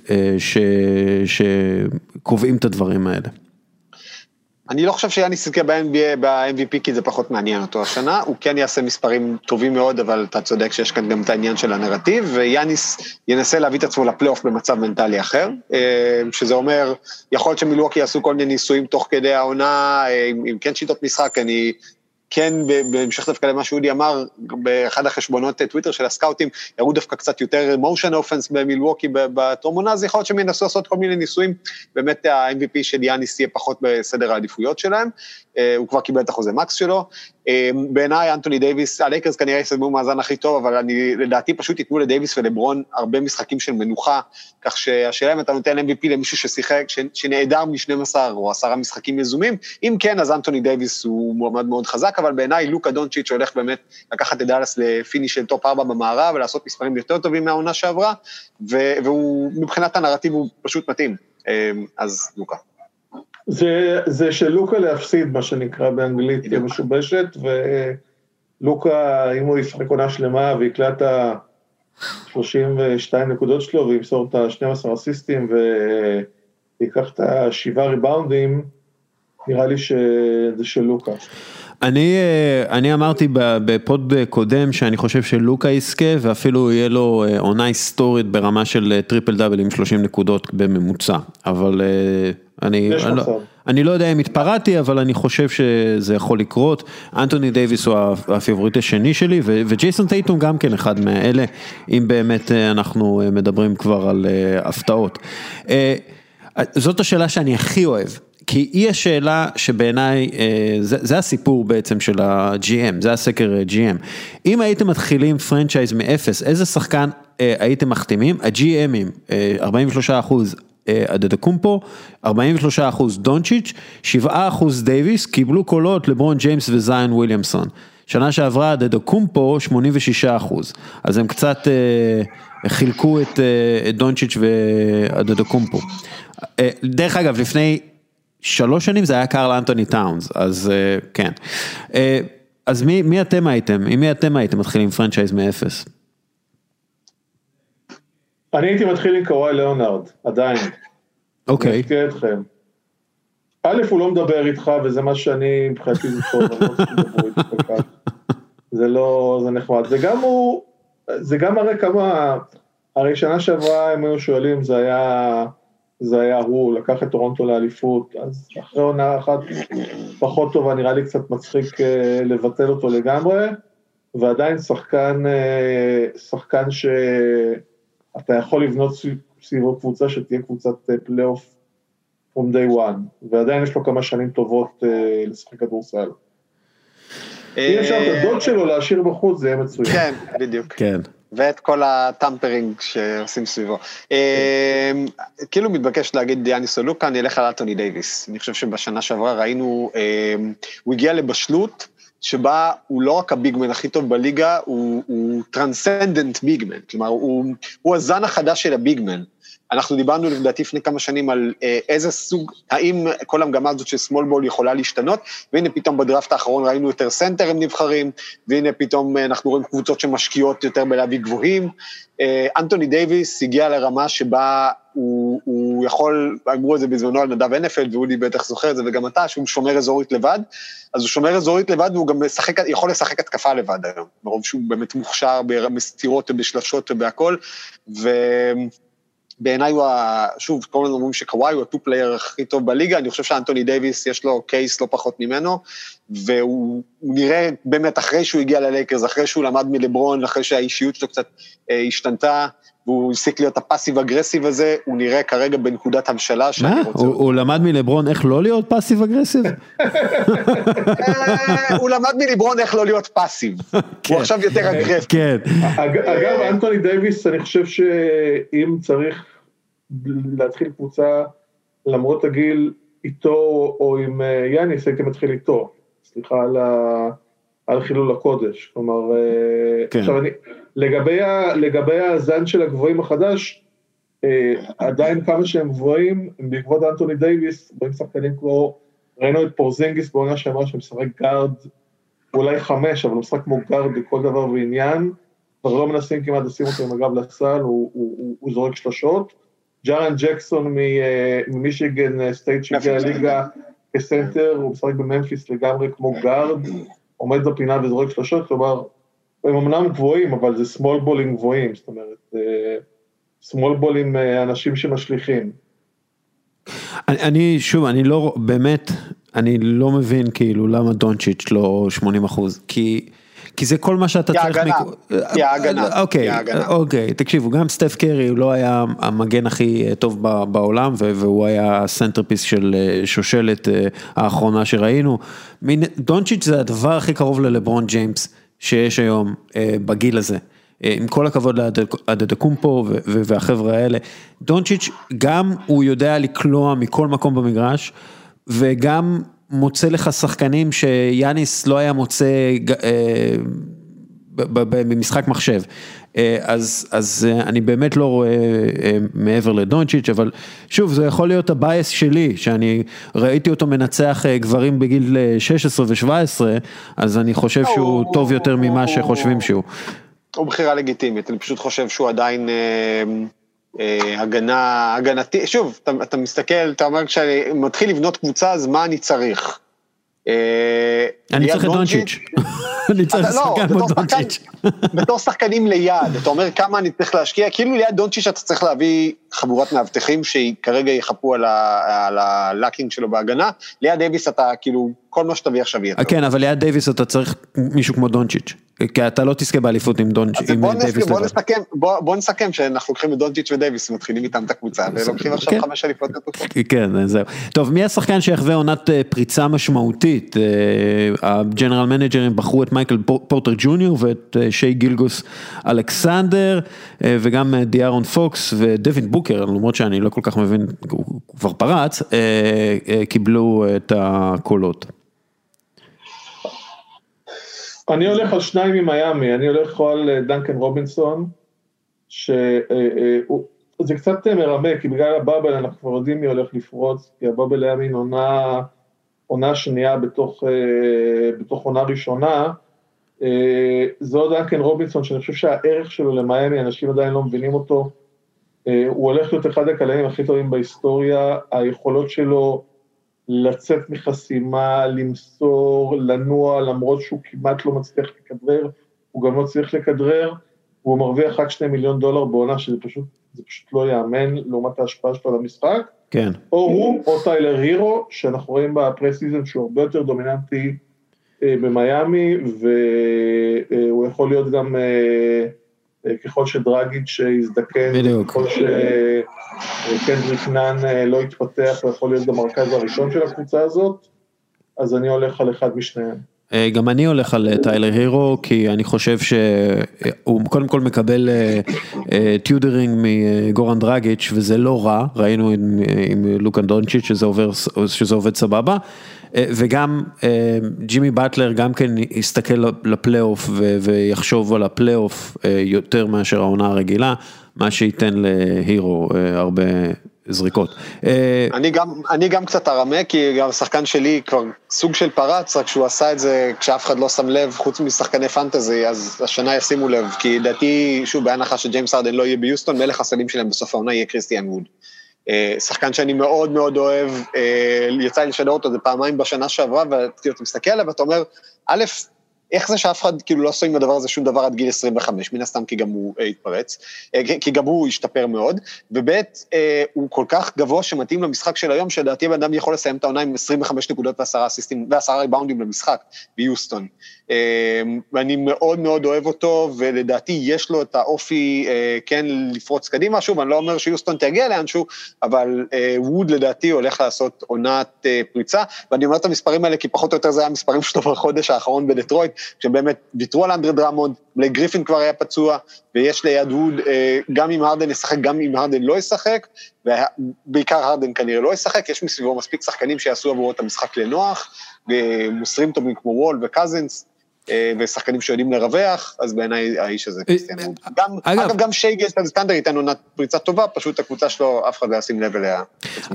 Speaker 1: שקובעים את הדברים האלה.
Speaker 4: אני לא חושב שיאניס יזכה ב-אם וי פי כי זה פחות מעניין אותו השנה, הוא כן יעשה מספרים טובים מאוד, אבל אתה צודק שיש כאן גם את העניין של הנרטיב, ויאניס ינסה להביא את עצמו לפלייאוף במצב מנטלי אחר, שזה אומר, יכול להיות שמילואוקי יעשו כל מיני ניסויים תוך כדי העונה, עם, עם כן שיטות משחק, אני... כן, בהמשך דווקא למה שאודי אמר, באחד החשבונות טוויטר של הסקאוטים, יראו דווקא קצת יותר מושן אופנס במילווקי בטרומונה, אז יכול להיות שהם ינסו לעשות כל מיני ניסויים, באמת ה-אם וי פי של יאניס יהיה פחות בסדר העדיפויות שלהם, הוא כבר קיבל את החוזה מקס שלו, בעיניי אנטוני דייביס, הלייקרס כנראה יסיימו מאזן הכי טוב, אבל אני לדעתי פשוט ייתנו לדייביס ולברון הרבה משחקים של מנוחה, כך שהשאלה אם אתה נותן אם וי פי למישהו ששיחק, שנעדר מ-שנים עשר או עשרה משחקים יזומים, אם כן, אז אנטוני דייביס הוא מועמד מאוד חזק, אבל בעיניי לוקה דונצ'יץ' הולך באמת לקחת את דאלאס לפיניש של טופ ארבע במערב, ולעשות מספרים יותר טובים מהעונה שעברה, והוא מבחינת הנרטיב הוא פשוט מתאים, אז לוקה.
Speaker 2: זה, זה שלוקה להפסיד, מה שנקרא באנגלית משובשת, ולוקה, אם הוא ישחק עונה שלמה, ויקלע את ה-שלושים ושתיים נקודות שלו, וימסור את ה-שנים עשר אסיסטים, ויקח את ה-שבעה ריבאונדים, נראה לי שזה של לוקה.
Speaker 1: אני, אני אמרתי בפוד קודם שאני חושב שלוקה יזכה, ואפילו יהיה לו עונה היסטורית ברמה של טריפל דאבל עם שלושים נקודות בממוצע, אבל אני, אני, לא, אני לא יודע אם התפרעתי, אבל אני חושב שזה יכול לקרות. אנטוני דייביס הוא הפיבוריט השני שלי, וג'ייסון טייטום גם כן אחד מהאלה, אם באמת אנחנו מדברים כבר על הפתעות. זאת השאלה שאני הכי אוהב, כי היא השאלה שבעיניי, זה, זה הסיפור בעצם של ה-ג'י אם, זה הסקר ג'י אם. אם הייתם מתחילים פרנצ'ייז מאפס, איזה שחקן הייתם מחתימים? ה-ג'י אמים, ארבעים ושלושה אחוז אדדקומפו, ארבעים ושלושה אחוז דונצ'יץ', שבעה אחוז דייביס, קיבלו קולות לברון ג'יימס וזיין וויליאמסון. שנה שעברה אדדקומפו, שמונים ושישה אחוז. אז הם קצת אה, חילקו את, אה, את דונצ'יץ' ואדדקומפו. אה, דרך אגב, לפני שלוש שנים זה היה קארל אנטוני טאונס, אז uh, כן. Uh, אז מי, מי אתם הייתם? עם מי אתם הייתם מתחילים פרנצ'ייז מאפס?
Speaker 2: אני הייתי מתחיל עם קוואי ליאונרד, עדיין.
Speaker 1: אוקיי.
Speaker 2: אני אפתיע אתכם. א', הוא לא מדבר איתך, וזה מה שאני, מבחינתי זה טוב, אני לא צריך לדבר איתך כל כך. זה לא, זה נחמד. זה גם הוא, זה גם הרי כמה, הרי שנה שעברה הם היו שואלים, זה היה, זה היה הוא, לקח את טורונטו לאליפות, אז אחרי עונה אחת פחות טובה, נראה לי קצת מצחיק לבטל אותו לגמרי, ועדיין שחקן, שחקן שאתה יכול לבנות סביבו קבוצה, שתהיה קבוצת פלייאוף from day one, ועדיין יש לו כמה שנים טובות לשחק כדורסל. אם אפשר את הדוד שלו להשאיר בחוץ, זה יהיה מצוין.
Speaker 4: כן, בדיוק.
Speaker 1: כן.
Speaker 4: ואת כל הטמפרינג שעושים סביבו. כאילו מתבקש להגיד יאניס או לוקה, אני אלך על אנתוני דייביס. אני חושב שבשנה שעברה ראינו, הוא הגיע לבשלות, שבה הוא לא רק הביגמן הכי טוב בליגה, הוא טרנסנדנט ביגמן, כלומר, הוא הזן החדש של הביגמן. אנחנו דיברנו לדעתי לפני כמה שנים על איזה סוג, האם כל המגמה הזאת של סמול בול יכולה להשתנות, והנה פתאום בדראפט האחרון ראינו יותר סנטרים נבחרים, והנה פתאום אנחנו רואים קבוצות שמשקיעות יותר בלהביא גבוהים. אנתוני דייביס הגיע לרמה שבה הוא, הוא יכול, אמרו את זה בזמנו על נדב אנפלד, ואולי בטח זוכר את זה וגם אתה, שהוא שומר אזורית לבד, אז הוא שומר אזורית לבד, והוא גם משחק, יכול לשחק התקפה לבד היום, ברוב שהוא באמת מוכשר במסתירות ובשלשות ובהכל, ו... בעיניי הוא, שוב, כל מיני אומרים שקוואי הוא הטו-פלייר הכי טוב בליגה, אני חושב שאנטוני דייביס יש לו קייס לא פחות ממנו, והוא נראה באמת אחרי שהוא הגיע ללייקרס, אחרי שהוא למד מלברון, אחרי שהאישיות שלו קצת אה, השתנתה, והוא הפסיק להיות הפאסיב אגרסיב הזה, הוא נראה כרגע בנקודת המשלה שאני
Speaker 1: מה?
Speaker 4: רוצה...
Speaker 1: הוא, הוא למד מלברון איך לא להיות פאסיב אגרסיב?
Speaker 4: הוא למד מלברון איך לא להיות פאסיב, הוא עכשיו יותר אגרסיב.
Speaker 1: כן.
Speaker 2: אגב, אנטוני דייביס, אני חושב שאם צריך להתחיל קבוצה, למרות הגיל איתו או עם יאניס, הייתי מתחיל איתו, סליחה על ה... על חילול הקודש, כלומר, כן. עכשיו אני, לגבי, ה, לגבי הזן של הגבוהים החדש, עדיין כמה שהם גבוהים, בעקבות אנטוני דייביס, רואים שחקנים כמו, ראינו את פורזינגיס בעונה שאמרה שמשחק גארד, אולי חמש, אבל הוא משחק כמו גארד בכל דבר ועניין, כבר לא מנסים כמעט לשים אותו עם הגב לסל, הוא, הוא, הוא, הוא זורק שלושות, ג'ארן ג'קסון ממישיגן סטייט שהגיע לליגה כסנטר, הוא משחק בממפיס לגמרי כמו גארד, עומד בפינה וזורק שלושות, כלומר, הם אמנם גבוהים, אבל זה סמול בולים גבוהים, זאת אומרת, סמול בולים אנשים שמשליחים.
Speaker 1: אני, אני, שוב, אני לא, באמת, אני לא מבין כאילו למה דונצ'יץ' לא שמונים אחוז, כי, כי זה כל מה שאתה צריך...
Speaker 4: יהגנה, יהגנה.
Speaker 1: אוקיי, אוקיי, תקשיבו, גם סטף קרי הוא לא היה המגן הכי טוב בעולם, והוא היה הסנטרפיס של שושלת האחרונה שראינו. דונצ'יץ' זה הדבר הכי קרוב ללברון ג'יימס שיש היום בגיל הזה. עם כל הכבוד לאדדקומפו והחבר'ה האלה. דונצ'יץ' גם הוא יודע לקלוע מכל מקום במגרש, וגם מוצא לך שחקנים שיאניס לא היה מוצא במשחק מחשב. אז, אז אני באמת לא רואה מעבר לדונצ'יץ', אבל שוב, זה יכול להיות הבייס שלי, שאני ראיתי אותו מנצח גברים בגיל שש עשרה ו-שבע עשרה, אז אני חושב שהוא טוב יותר ממה שחושבים שהוא.
Speaker 4: הוא בחירה לגיטימית, אני פשוט חושב שהוא עדיין הגנה, הגנתי, שוב, אתה, אתה מסתכל, אתה אומר, כשאני מתחיל לבנות קבוצה, אז מה אני צריך?
Speaker 1: אני צריך את דונצ'יץ'. אני צריך שחקן כמו דונצ'יץ'.
Speaker 4: בתור שחקנים ליד, אתה אומר כמה אני צריך להשקיע, כאילו ליד דונצ'יץ' אתה צריך להביא חבורת מאבטחים שכרגע יחפו על הלאקינג שלו בהגנה, ליד דייביס אתה כאילו, כל מה שתביא עכשיו יהיה טוב.
Speaker 1: כן, אבל ליד דייביס אתה צריך מישהו כמו דונצ'יץ', כי אתה לא תזכה באליפות עם דייביס לבד.
Speaker 4: בוא נסכם שאנחנו לוקחים את דונצ'יץ' ודייביס, מתחילים איתם את הקבוצה, ולוקחים עכשיו חמש אליפות נטופות.
Speaker 1: כן, זהו. טוב, מי השחקן שיחווה עונת פריצה משמעותית? הג'נרל מנג'רים בחרו את מייקל פורטר ג'וניור ואת שי גילגוס אלכסנדר, וגם דיארון פוקס ודווין בוקר, למרות שאני לא כל כך מבין, הוא כבר פרץ, קיבלו את הקולות.
Speaker 2: אני הולך על שניים ממיימי, אני הולך על דנקן רובינסון, שזה קצת מרמה, כי בגלל הבאבל אנחנו כבר יודעים מי הולך לפרוץ, כי הבאבל היה מין עונה, עונה שנייה בתוך, בתוך עונה ראשונה, זה עוד דנקן רובינסון, שאני חושב שהערך שלו למיימי, אנשים עדיין לא מבינים אותו, הוא הולך להיות אחד הקלעים הכי טובים בהיסטוריה, היכולות שלו לצאת מחסימה, למסור, לנוע, למרות שהוא כמעט לא מצליח לכדרר, הוא גם לא צריך לכדרר, הוא מרוויח רק שני מיליון דולר בעונה, שזה פשוט, זה פשוט לא יאמן, לעומת ההשפעה שלו על המשחק,
Speaker 1: כן.
Speaker 2: או הוא, או טיילר הירו, שאנחנו רואים בפרסיזן שהוא הרבה יותר דומיננטי אה, במיימי, והוא יכול להיות גם, אה, אה, ככל שדרגיץ' שיזדקן,
Speaker 1: בדיוק.
Speaker 2: ככל שקנדריק נאן אה, לא יתפתח, הוא יכול להיות גם המרכז הראשון של הקבוצה הזאת, אז אני הולך על אחד משניהם.
Speaker 1: גם אני הולך על טיילר הירו, כי אני חושב שהוא קודם כל מקבל טיודרינג מגורן דרגיץ', וזה לא רע, ראינו עם, עם לוקה דונצ'יץ' שזה, עובר, שזה עובד סבבה, וגם ג'ימי באטלר גם כן יסתכל לפלייאוף ויחשוב על הפלייאוף יותר מאשר העונה הרגילה, מה שייתן להירו הרבה זריקות.
Speaker 4: אני גם, אני גם קצת הרמה, כי גם השחקן שלי כבר סוג של פרץ, רק שהוא עשה את זה כשאף אחד לא שם לב, חוץ משחקני פנטזי, אז השנה ישימו לב, כי דעתי, שוב, בהנחה שג'יימס הרדן לא יהיה ביוסטון, מלך הסלים שלהם בסוף העונה יהיה קריסטיאן ווד. שחקן שאני מאוד מאוד אוהב, יצא לי לשדר אותו, זה פעמיים בשנה שעברה, ואתה מסתכל עליו, ואתה אומר, א', איך זה שאף אחד כאילו לא עושה עם הדבר הזה שום דבר עד גיל עשרים וחמש, מן הסתם כי גם הוא התפרץ, כי גם הוא השתפר מאוד, ובית הוא כל כך גבוה שמתאים למשחק של היום, שדעתי בן יכול לסיים את העונה עם עשרים וחמש נקודות ועשרה אסיסטים, ועשרה ריבאונדים למשחק ביוסטון, ואני מאוד מאוד אוהב אותו, ולדעתי יש לו את האופי כן לפרוץ קדימה, שוב, אני לא אומר שיוסטון תגיע לאנשהו, אבל ווד לדעתי הולך לעשות עונת פריצה, ואני אומר את המספרים האלה, כי פחות או יותר זה היה המספרים שלו בחודש האחרון בדטרויט, שבאמת ויתרו על אנדרי דרמונד, בלייק גריפין כבר היה פצוע, ויש ליד ווד, גם אם הרדן ישחק, גם אם הרדן לא ישחק, ובעיקר הרדן כנראה לא ישחק, יש מסביבו מספיק שחקנים שיעשו עבורו את המשחק לנוח, ומוסרים טובים כמו וול וקזינס, ושחקנים שיודעים לרווח, אז בעיניי האיש הזה קריסטיאן ווד. אגב, גם שי גילג'וס-אלכסנדר ייתן עונת פריצה טובה, פשוט הקבוצה שלו, אף אחד לא ישים לב אליה.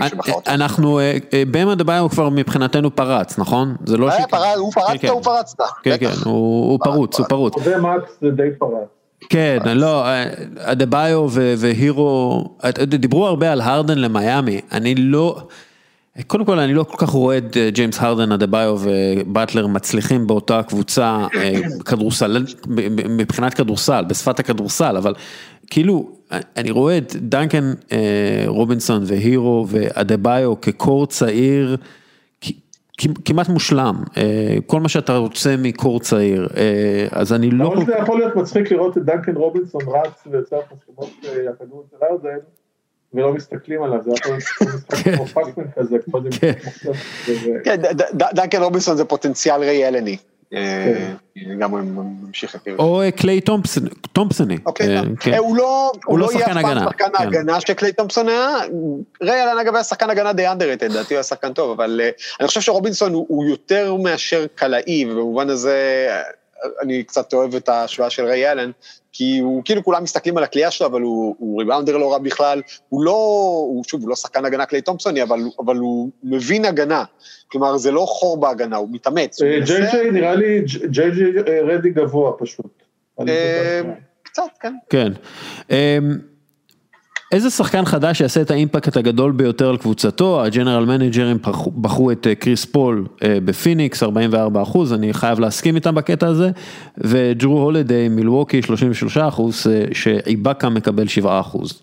Speaker 1: אנחנו, במה דביו כבר מבחינתנו פרץ, נכון?
Speaker 4: הוא פרצת, הוא פרצת.
Speaker 1: כן, כן, הוא פרוץ, הוא פרוץ.
Speaker 2: זה מקס, זה די פרץ.
Speaker 1: כן, לא, דביו והירו, דיברו הרבה על הרדן למיימי, אני לא... קודם כל, אני לא כל כך רואה את ג'יימס הרדן, אדבאיו ובטלר מצליחים באותה קבוצה כדורסל, מבחינת כדורסל, בשפת הכדורסל, אבל כאילו, אני רואה את דנקן רובינסון והירו ואדבאיו כקור צעיר, כמעט מושלם, כל מה שאתה רוצה מקור צעיר, אז אני לא...
Speaker 2: למה זה יכול להיות מצחיק לראות את דנקן רובינסון רץ ויוצא חסכמות הכדור של הרדן, ולא מסתכלים עליו, זה יכול להיות כמו פאקמן כזה, קודם.
Speaker 4: כן, דנקן רובינסון זה פוטנציאל ריי אלני, גם הוא ממשיך את זה.
Speaker 1: או קליי תומפסוני.
Speaker 4: הוא לא יהיה אף פעם שחקן ההגנה שקליי תומפסון היה, ריי אלן אגב היה שחקן הגנה די אנדררייטד, דעתי הוא היה שחקן טוב, אבל אני חושב שרובינסון הוא יותר מאשר קלעי, ובמובן הזה אני קצת אוהב את ההשוואה של ריי אלן, כי הוא, כאילו כולם מסתכלים על הקליעה שלו, אבל הוא, הוא ריבאונדר לא רע בכלל, הוא לא, הוא, שוב, הוא לא שחקן הגנה קליי תומפסוני, אבל, אבל הוא מבין הגנה, כלומר, זה לא חור בהגנה, הוא מתאמץ.
Speaker 2: ג'יי ג'יי, נראה לי, ג'יי ג'יי רדי גבוה פשוט.
Speaker 4: קצת, כן.
Speaker 1: כן. איזה שחקן חדש יעשה את האימפקט הגדול ביותר על קבוצתו? הג'נרל מנג'רים בחרו את קריס פול בפיניקס, ארבעים וארבעה אחוז, אני חייב להסכים איתם בקטע הזה, וג'רו הולדיי מילווקי, שלושים ושלושה אחוז, שאיבקה מקבל שבעה אחוז.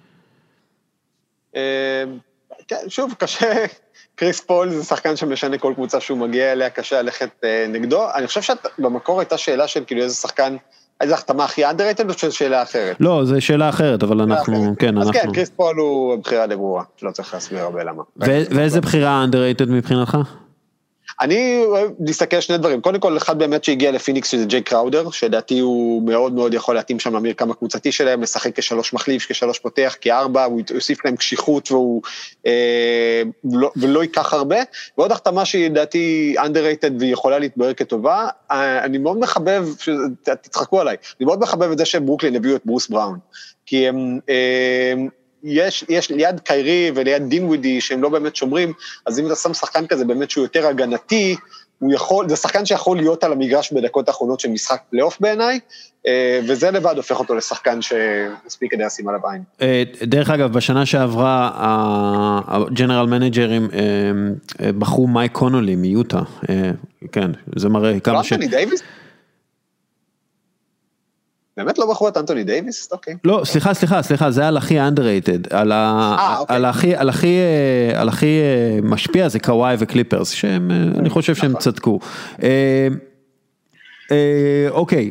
Speaker 4: שוב, קשה, קריס פול זה שחקן שמשנה כל קבוצה שהוא מגיע אליה, קשה ללכת נגדו, אני חושב שבמקור הייתה שאלה של כאילו איזה שחקן, איזה החתמה הכי אנדררייטד או שאלה אחרת?
Speaker 1: לא, זו שאלה אחרת, אבל אנחנו, כן, אנחנו...
Speaker 4: אז כן, קריס פול הוא בחירה לברורה, שלא צריך להסביר הרבה למה.
Speaker 1: ואיזה בחירה אנדררייטד מבחינתך?
Speaker 4: אני אוהב להסתכל שני דברים, קודם כל אחד באמת שהגיע לפיניקס שזה ג'יי קראודר, שדעתי הוא מאוד מאוד יכול להתאים שם למרקם הקבוצתי שלהם, לשחק כשלוש מחליף, כשלוש פותח, כארבע, הוא יוסיף להם קשיחות והוא אה, לא, ולא ייקח הרבה, ועוד החתמה שהיא דעתי underrated והיא יכולה להתברר כטובה, אני מאוד מחבב, תצחקו עליי, אני מאוד מחבב את זה שברוקלין הביאו את ברוס בראון, כי הם... אה, יש, יש ליד קיירי וליד דין ווידי שהם לא באמת שומרים, אז אם אתה שם שחקן כזה באמת שהוא יותר הגנתי, הוא יכול, זה שחקן שיכול להיות על המגרש בדקות האחרונות של משחק פלייאוף בעיניי, וזה לבד הופך אותו לשחקן שמספיק כדי לשים עליו עין.
Speaker 1: דרך אגב, בשנה שעברה, הג'נרל מנג'רים בחרו מייק קונולי מיוטה, כן, זה מראה כמה ש...
Speaker 4: לא אנטוני דייביס? באמת לא בחרו את אנטוני דייביס? אוקיי.
Speaker 1: לא, סליחה, סליחה, סליחה, זה על הכי underrated, על הכי משפיע זה קוואי וקליפרס, שאני חושב שהם צדקו. אוקיי,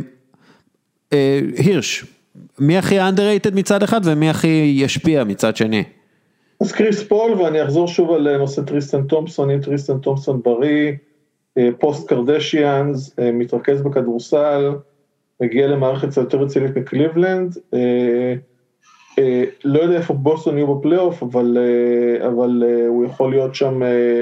Speaker 1: הירש, מי הכי underrated מצד אחד ומי הכי ישפיע מצד שני?
Speaker 2: אז קריס פול, ואני אחזור שוב על נושא טריסטן תומפסון, אם טריסטן תומפסון בריא, פוסט קרדשיאנס, מתרכז בכדורסל, מגיע למערכת יותר רצינית מקליבלנד, לא יודע איפה בוסטון יהיו בפלייאוף, אבל, אבל הוא יכול להיות שם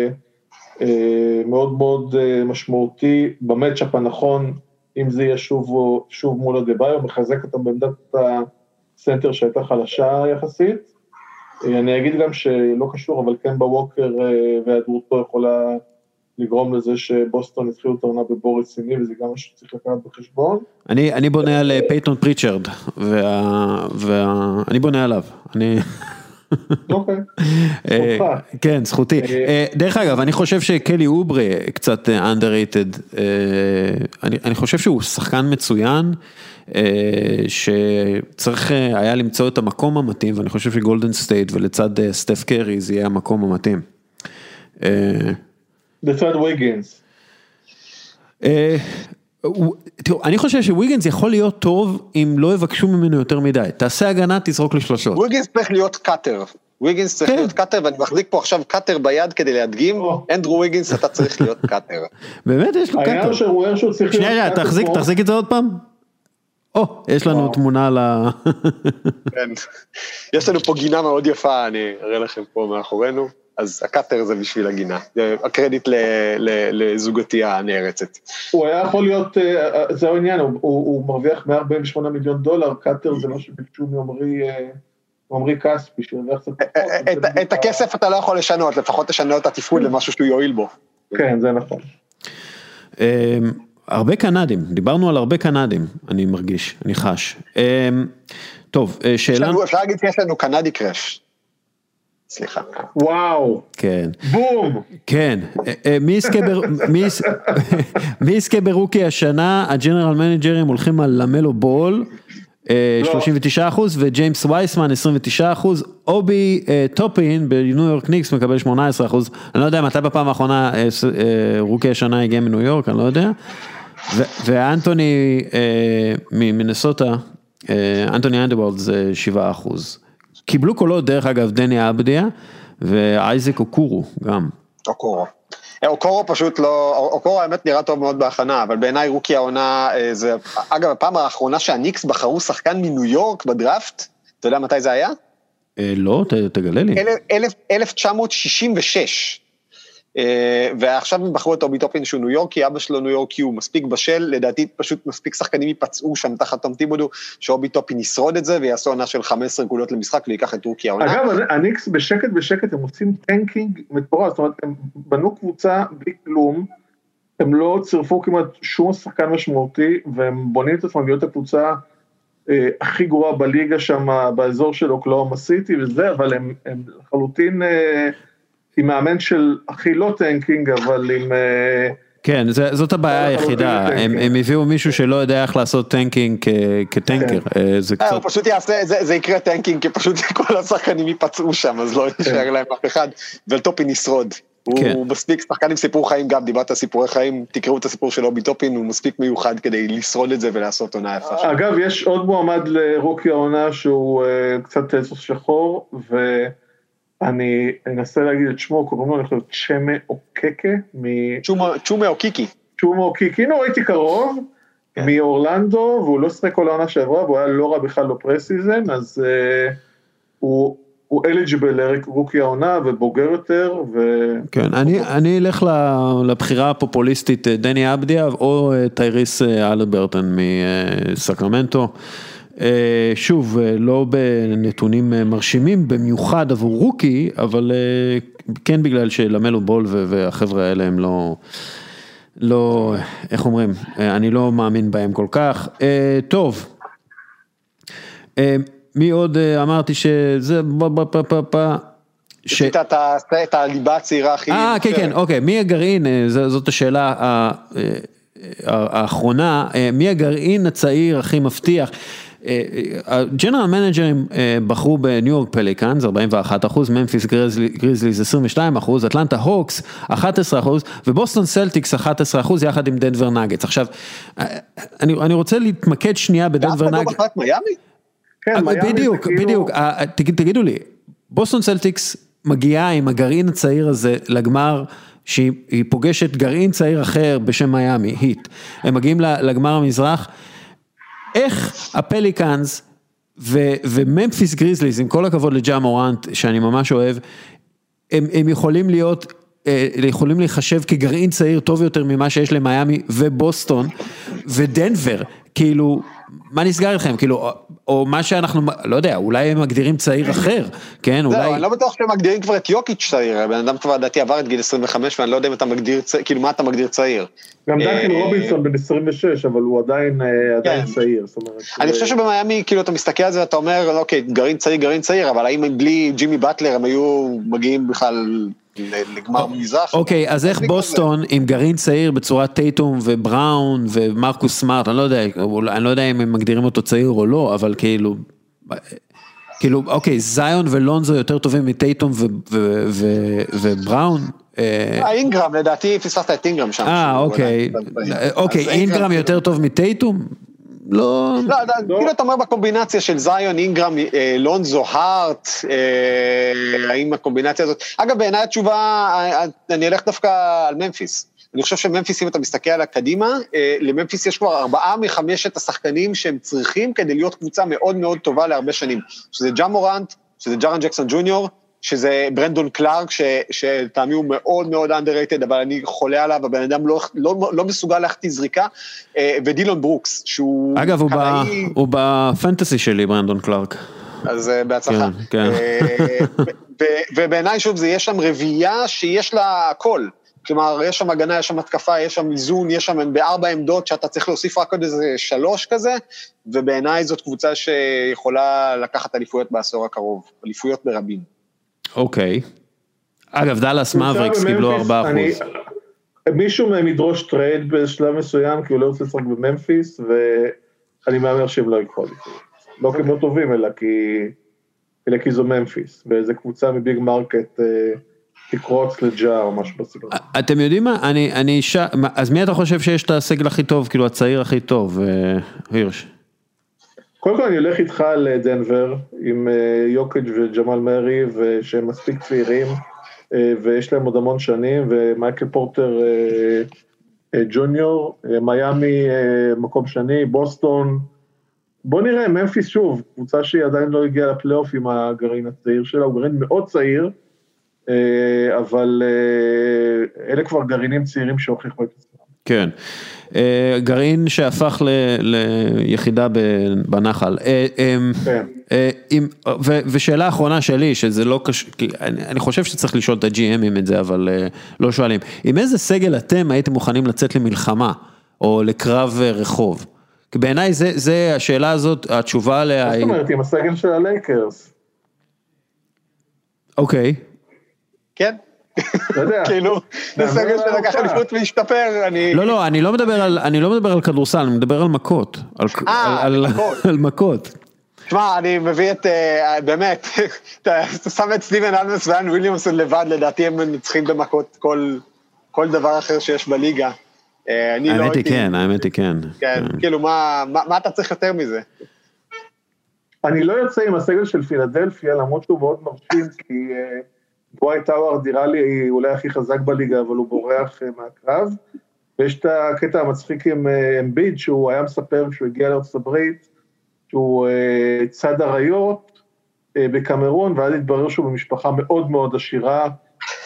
Speaker 2: מאוד מאוד משמעותי, במאצ'אפ הנכון, אם זה יהיה שוב, שוב מול הדביו, מחזק אותם בעמדת הסנטר שהייתה חלשה יחסית. אני אגיד גם שלא קשור, אבל כן בווקר והיעדרותו יכולה לגרום לזה שבוסטון התחילו את העונה בבור רציני, וזה גם משהו שצריך לקחת בחשבון.
Speaker 1: אני, אני בונה על פייטון פריצ'רד, וה, וה, אני בונה עליו. אני...
Speaker 2: אוקיי, זכותך.
Speaker 1: כן, זכותי. דרך אגב, אני חושב שקלי אוברה קצת underrated, אני, אני חושב שהוא שחקן מצוין, שצריך היה למצוא את המקום המתאים, ואני חושב שגולדן סטייט ולצד סטף קרי זה יהיה המקום המתאים.
Speaker 2: לצד ויגינס.
Speaker 1: תראו, אני חושב שוויגינס יכול להיות טוב אם לא יבקשו ממנו יותר מדי. תעשה הגנה, תזרוק לשלושות.
Speaker 4: ויגינס צריך להיות קאטר. ויגינס צריך להיות קאטר, ואני מחזיק פה עכשיו קאטר ביד כדי להדגים. אנדרו ויגינס, אתה צריך להיות קאטר.
Speaker 1: באמת, יש לו קאטר.
Speaker 2: העניין שהוא אומר שהוא צריך להיות
Speaker 1: קאטר. שנייה, תחזיק, תחזיק את זה עוד פעם. או, יש לנו תמונה ל...
Speaker 4: כן. יש לנו פה גינה מאוד יפה, אני אראה לכם פה מאחורינו. אז הקאטר זה בשביל הגינה, הקרדיט לזוגתי הנערצת.
Speaker 2: הוא היה יכול להיות, זה העניין, הוא מרוויח מאה ארבעים ושמונה מיליון דולר, קאטר זה מה שביקשו מעמרי כספי, שהרוויח קצת פחות.
Speaker 4: את הכסף אתה לא יכול לשנות, לפחות תשנה את התפעול למשהו שהוא יועיל בו.
Speaker 2: כן, זה נכון.
Speaker 1: הרבה קנדים, דיברנו על הרבה קנדים, אני מרגיש, אני חש. טוב, שאלה...
Speaker 4: אפשר להגיד שיש לנו קנדי קרש. סליחה.
Speaker 2: וואו.
Speaker 1: כן.
Speaker 2: בום.
Speaker 1: כן. מי יזכה ברוקי השנה, הג'נרל מנג'רים הולכים על למלו בול, שלושים ותשעה אחוז, וג'יימס וייסמן עשרים ותשעה אחוז, אובי טופין בניו יורק ניקס מקבל שמונה עשרה אחוז, אני לא יודע מתי בפעם האחרונה רוקי השנה הגיע מניו יורק, אני לא יודע, ואנטוני ממינסוטה, אנטוני אנדרוולד זה שבעה אחוז. קיבלו קולות דרך אגב דני אבדיה ואייזק אוקורו גם.
Speaker 4: אוקורו. אוקורו פשוט לא, אוקורו האמת נראה טוב מאוד בהכנה, אבל בעיניי רוקי העונה, זה, אגב הפעם האחרונה שהניקס בחרו שחקן מניו יורק בדראפט, אתה יודע מתי זה היה?
Speaker 1: לא, תגלה לי.
Speaker 4: אלף תשע מאות שישים ושש. ועכשיו הם בחרו את אובי טופין שהוא ניו יורקי, אבא שלו ניו יורקי, הוא מספיק בשל, לדעתי פשוט מספיק שחקנים ייפצעו שם תחת תום טיבודו, שאובי טופין ישרוד את זה, ויעשו עונה של חמש עשרה גולות למשחק, ויקח את רוקי העונה.
Speaker 2: אגב, הניקס בשקט בשקט, הם עושים טנקינג מטורף, זאת אומרת, הם בנו קבוצה בלי כלום, הם לא צירפו כמעט שום שחקן משמעותי, והם בונים את עצמם להיות הקבוצה אה, הכי גרועה בליגה שם, באזור של אוקלאומה סיטי וזה, אבל הם, הם לחלוטין... אה, עם מאמן של הכי לא טנקינג, אבל עם...
Speaker 1: כן, זאת הבעיה היחידה, הם הביאו מישהו שלא יודע איך לעשות טנקינג כטנקר, זה קצת...
Speaker 4: הוא פשוט יעשה, זה יקרה טנקינג, כי פשוט כל השחקנים ייפצעו שם, אז לא יישאר להם אף אחד, ולטופין ישרוד. הוא מספיק שחקן עם סיפור חיים, גם דיברת על סיפורי חיים, תקראו את הסיפור של אובי טופין, הוא מספיק מיוחד כדי לשרוד את זה ולעשות עונה יפה.
Speaker 2: אגב, יש עוד מועמד לרוקי העונה, שהוא קצת סוס שחור, ו... אני אנסה להגיד את שמו, קוראים לו, אני חושב, צ'מה אוקקה,
Speaker 4: צ'ומה אוקיקי.
Speaker 2: צ'ומה אוקיקי, הנה הייתי קרוב, מאורלנדו, והוא לא שחק כל העונה שעברה, והוא היה לא רע בכלל בפרסיזן, אז הוא אליג'יבל לרוקי העונה, ובוגר יותר, ו...
Speaker 1: כן, אני אלך לבחירה הפופוליסטית, דני אבדיה, או טייריס אלברטון מסקרמנטו, שוב, לא בנתונים מרשימים, במיוחד עבור רוקי, אבל כן בגלל שלמלו בול והחבר'ה האלה הם לא, לא, איך אומרים, אני לא מאמין בהם כל כך. טוב, מי עוד אמרתי שזה,
Speaker 4: עשית את הליבה הצעירה הכי...
Speaker 1: אה, כן, כן, אוקיי, מי הגרעין, זאת השאלה האחרונה, מי הגרעין הצעיר הכי מבטיח? הג'נרל מנג'רים בחרו בניו יורק פליקאנס, ארבעים ואחד אחוז, ממפיס גריזליז עשרים ושתיים אחוז, אטלנטה הוקס אחד עשר אחוז, ובוסטון סלטיקס אחד עשר אחוז, יחד עם דנבר נאגטס. עכשיו, אני רוצה להתמקד שנייה בדנבר נאגטס.
Speaker 4: ואף אחד לא בחרת מיאמי?
Speaker 2: כן, מיאמי
Speaker 1: בדיוק, בדיוק, תגידו לי, בוסטון סלטיקס מגיעה עם הגרעין הצעיר הזה לגמר, שהיא פוגשת גרעין צעיר אחר בשם מיאמי, היט. הם מגיעים לגמר המזרח, איך הפליקאנס וממפיס גריזליז, עם כל הכבוד לג'ה מורנט, שאני ממש אוהב, הם, הם יכולים להיות, יכולים להיחשב כגרעין צעיר טוב יותר ממה שיש למיאמי ובוסטון ודנבר, כאילו, מה נסגר אתכם? כאילו, או מה שאנחנו, לא יודע, אולי הם מגדירים צעיר אחר, כן, אולי...
Speaker 4: זהו, אני לא בטוח שהם מגדירים כבר את יוקיץ' צעיר, בן אדם כבר דעתי עבר את גיל עשרים וחמש, ואני לא יודע אם אתה מגדיר צעיר, כאילו, מה אתה מגדיר צעיר?
Speaker 2: גם דנקן רובינסון בן עשרים ושש, אבל הוא עדיין צעיר, זאת אומרת...
Speaker 4: אני חושב שבמיאמי, כאילו, אתה מסתכל על זה, ואתה אומר, אוקיי, גרעין צעיר, גרעין צעיר, אבל האם בלי ג'ימי באטלר הם היו מגיעים בכלל לגמר מזרח?
Speaker 1: אוקיי, אז איך בוסטון עם גרעין צעיר בצורת טייטום ובראון ומרקוס סמארט, אני לא יודע, אני לא יודע אם הם מגדירים אותו צעיר או לא, אבל כאילו, כאילו, אוקיי, זיון ולונזו יותר טובים מטייטום ובראון.
Speaker 4: אינגרם, לדעתי פספסת את אינגרם שם.
Speaker 1: אה, אוקיי, אוקיי, אינגרם יותר טוב מטייטום? לא,
Speaker 4: לא, כאילו אתה אומר בקומבינציה של זיון, אינגרם, לונזו, הארט, האם הקומבינציה הזאת, אגב בעיניי התשובה, אני אלך דווקא על ממפיס, אני חושב שממפיס אם אתה מסתכל על הקדימה, לממפיס יש כבר ארבעה מחמשת השחקנים שהם צריכים כדי להיות קבוצה מאוד מאוד טובה להרבה שנים, שזה ג'ה מורנט, שזה ג'רן ג'קסון ג'וניור, שזה ברנדון קלארק, שטעמי הוא מאוד מאוד underrated, אבל אני חולה עליו, הבן אדם לא, לא, לא מסוגל להחטיא זריקה, ודילון ברוקס, שהוא...
Speaker 1: אגב, הוא, בא, הוא בפנטסי שלי, ברנדון קלארק.
Speaker 4: אז בהצלחה.
Speaker 1: כן, כן.
Speaker 4: ובעיניי שוב, זה יש שם רביעייה שיש לה הכל, כלומר, יש שם הגנה, יש שם התקפה, יש שם איזון, יש שם בארבע עמדות, שאתה צריך להוסיף רק עוד איזה שלוש כזה, ובעיניי זאת קבוצה שיכולה לקחת אליפויות בעשור הקרוב, אליפויות ברבים.
Speaker 1: אוקיי. אגב, דלס מאבריקס קיבלו ארבעה אחוז.
Speaker 2: מישהו מהם ידרוש טרייד בשלב מסוים, כי הוא לא רוצה לשחק בממפיס, ואני מאמר שהם לא יקחו אליפויות. לא כי הם לא טובים, אלא כי זו ממפיס, ואיזה קבוצה מביג מרקט תקרוץ לג'ה או משהו בסגנון.
Speaker 1: אתם יודעים מה? אני אישה, אז מי אתה חושב שיש את הסגל הכי טוב, כאילו הצעיר הכי טוב, הירש?
Speaker 2: קודם כל אני הולך איתך לדנבר, עם יוקיץ' וג'מאל מרי, ושהם מספיק צעירים, ויש להם עוד המון שנים, ומייקל פורטר ג'וניור, מיאמי מקום שני, בוסטון, בוא נראה, ממפיס שוב, קבוצה שהיא עדיין לא הגיעה לפלייאוף עם הגרעין הצעיר שלה, הוא גרעין מאוד צעיר, אבל אלה כבר גרעינים צעירים שהוכיחו את עצמם.
Speaker 1: כן, גרעין שהפך ליחידה בנחל. ושאלה האחרונה שלי, שזה לא קשור, אני חושב שצריך לשאול את ה-ג'י אמים את זה, אבל לא שואלים. עם איזה סגל אתם הייתם מוכנים לצאת למלחמה, או לקרב רחוב? כי בעיניי זה השאלה הזאת, התשובה עליה...
Speaker 2: מה זאת אומרת, עם הסגל של הלייקרס?
Speaker 1: אוקיי.
Speaker 4: כן. כאילו, זה סגל שלקח אליפות והשתפר, אני...
Speaker 1: לא, לא, אני לא מדבר על, אני לא מדבר על כדורסל, אני מדבר על מכות. על מכות.
Speaker 4: תשמע, אני מביא את, באמת, אתה שם את סטיבן אדמס ואן וויליאמסון לבד, לדעתי הם נצחים במכות כל דבר אחר שיש בליגה.
Speaker 1: האמת היא כן, האמת היא כן.
Speaker 4: כן, כאילו, מה אתה צריך יותר מזה?
Speaker 2: אני לא יוצא עם הסגל של פילדלפיה, למרות שהוא מאוד מרשים, כי... בואי טאווארד נראה לי אולי הכי חזק בליגה, אבל הוא בורח מהקרב, ויש את הקטע המצחיק עם אמביד, שהוא היה מספר כשהוא הגיע לארצות הברית, שהוא צד עריות בקמרון, ואז התברר שהוא במשפחה מאוד מאוד עשירה,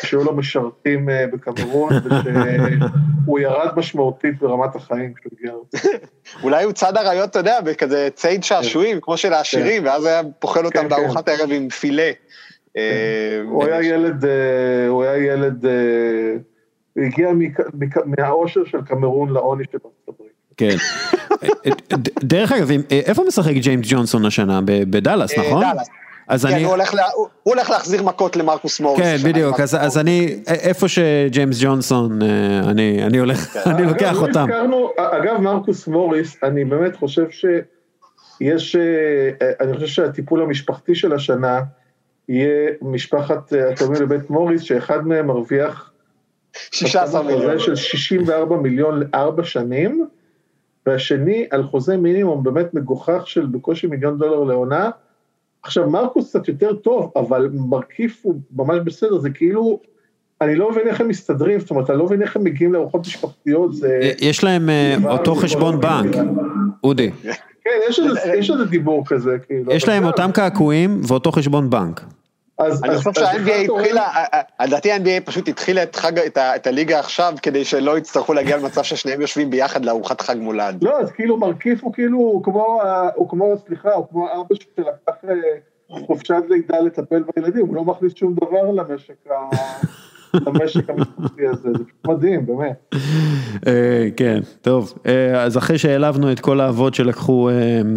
Speaker 2: שיהיו לו משרתים בקמרון, ושהוא ירד משמעותית ברמת החיים כשהוא הגיע.
Speaker 4: אולי הוא צד הרעיות, אתה יודע, בכזה ציד שעשועים, כמו של העשירים, ואז היה פוחל אותם בארוחת הערב עם פילה.
Speaker 2: הוא היה ילד, הוא היה ילד, הוא הגיע מהאושר של קמרון לעוני של ארצות הברית.
Speaker 1: כן. דרך אגב, איפה משחק ג'יימס ג'ונסון השנה? בדלס, נכון?
Speaker 4: דלס.
Speaker 1: אז אני...
Speaker 4: הוא הולך להחזיר מכות למרקוס מוריס.
Speaker 1: כן, בדיוק, אז אני, איפה שג'יימס ג'ונסון, אני הולך, אני לוקח אותם.
Speaker 2: אגב, מרקוס מוריס, אני באמת חושב שיש, אני חושב שהטיפול המשפחתי של השנה, יהיה משפחת התאומים לבית מוריס, שאחד מהם מרוויח
Speaker 4: שישה עשר מיליון.
Speaker 2: של שישים וארבע מיליון לארבע שנים, והשני על חוזה מינימום באמת מגוחך של בקושי מיליון דולר לעונה. עכשיו, מרקוס קצת יותר טוב, אבל מרכיף הוא ממש בסדר, זה כאילו, אני לא מבין איך הם מסתדרים, זאת אומרת, אני לא מבין איך הם מגיעים לארוחות משפחתיות, זה...
Speaker 1: יש להם אותו חשבון בנק, אודי.
Speaker 2: כן, יש איזה דיבור כזה, כאילו.
Speaker 1: יש להם אותם קעקועים ואותו חשבון בנק.
Speaker 4: אני חושב שה-אן בי איי התחילה, לדעתי ה-אן בי איי פשוט התחילה את הליגה עכשיו, כדי שלא יצטרכו להגיע למצב ששניהם יושבים ביחד לארוחת חג מולד.
Speaker 2: לא, אז כאילו מרכיף הוא כאילו, הוא כמו, סליחה, הוא כמו אבא שלקח חופשת לידה לטפל בילדים, הוא לא מכניס שום דבר למשק למשק המשפחתי הזה, זה מדהים, באמת.
Speaker 1: כן, טוב, אז אחרי שהעלבנו את כל האבות שלקחו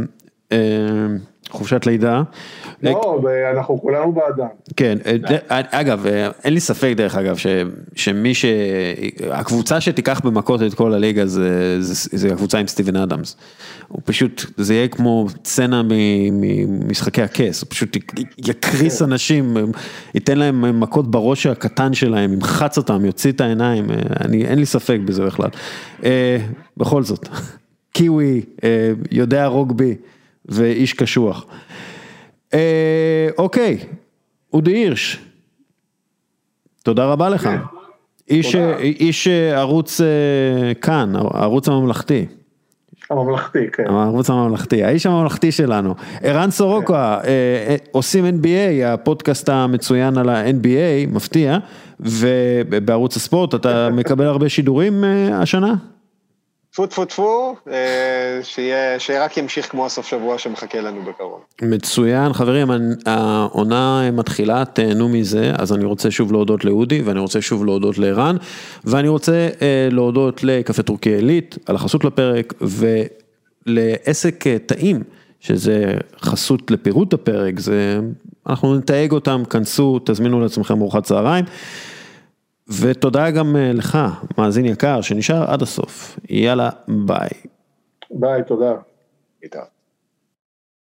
Speaker 1: חופשת לידה.
Speaker 2: לא, אנחנו כולנו באדם.
Speaker 1: כן, אגב, אין לי ספק דרך אגב, שמי ש... הקבוצה שתיקח במכות את כל הליגה, זה הקבוצה עם סטיבן אדמס. הוא פשוט, זה יהיה כמו סצנה ממשחקי הכס, הוא פשוט יקריס אנשים, ייתן להם מכות בראש הקטן שלהם, ימחץ אותם, יוציא את העיניים, אין לי ספק בזה בכלל. בכל זאת, קיווי, יודע רוגבי, ואיש קשוח. אוקיי, אודי הירש, תודה רבה לך. איש ערוץ כאן, הערוץ הממלכתי.
Speaker 2: הממלכתי, כן.
Speaker 1: הערוץ הממלכתי, האיש הממלכתי שלנו. ערן סורוקה, עושים אן בי איי, הפודקאסט המצוין על ה-אן בי איי, מפתיע, ובערוץ הספורט אתה מקבל הרבה שידורים השנה?
Speaker 4: טפו טפו טפו, שרק ימשיך כמו הסוף שבוע שמחכה לנו בקרוב.
Speaker 1: מצוין, חברים, העונה מתחילה, תהנו מזה, אז אני רוצה שוב להודות לאודי, ואני רוצה שוב להודות לערן, ואני רוצה להודות לקפה טורקי עילית, על החסות לפרק, ולעסק טעים, שזה חסות לפירוט הפרק, זה, אנחנו נתייג אותם, כנסו, תזמינו לעצמכם ארוחת צהריים, ותודה גם לך, מאזין יקר, שנשאר עד הסוף. יאללה, ביי.
Speaker 2: ביי, תודה.
Speaker 4: איתה.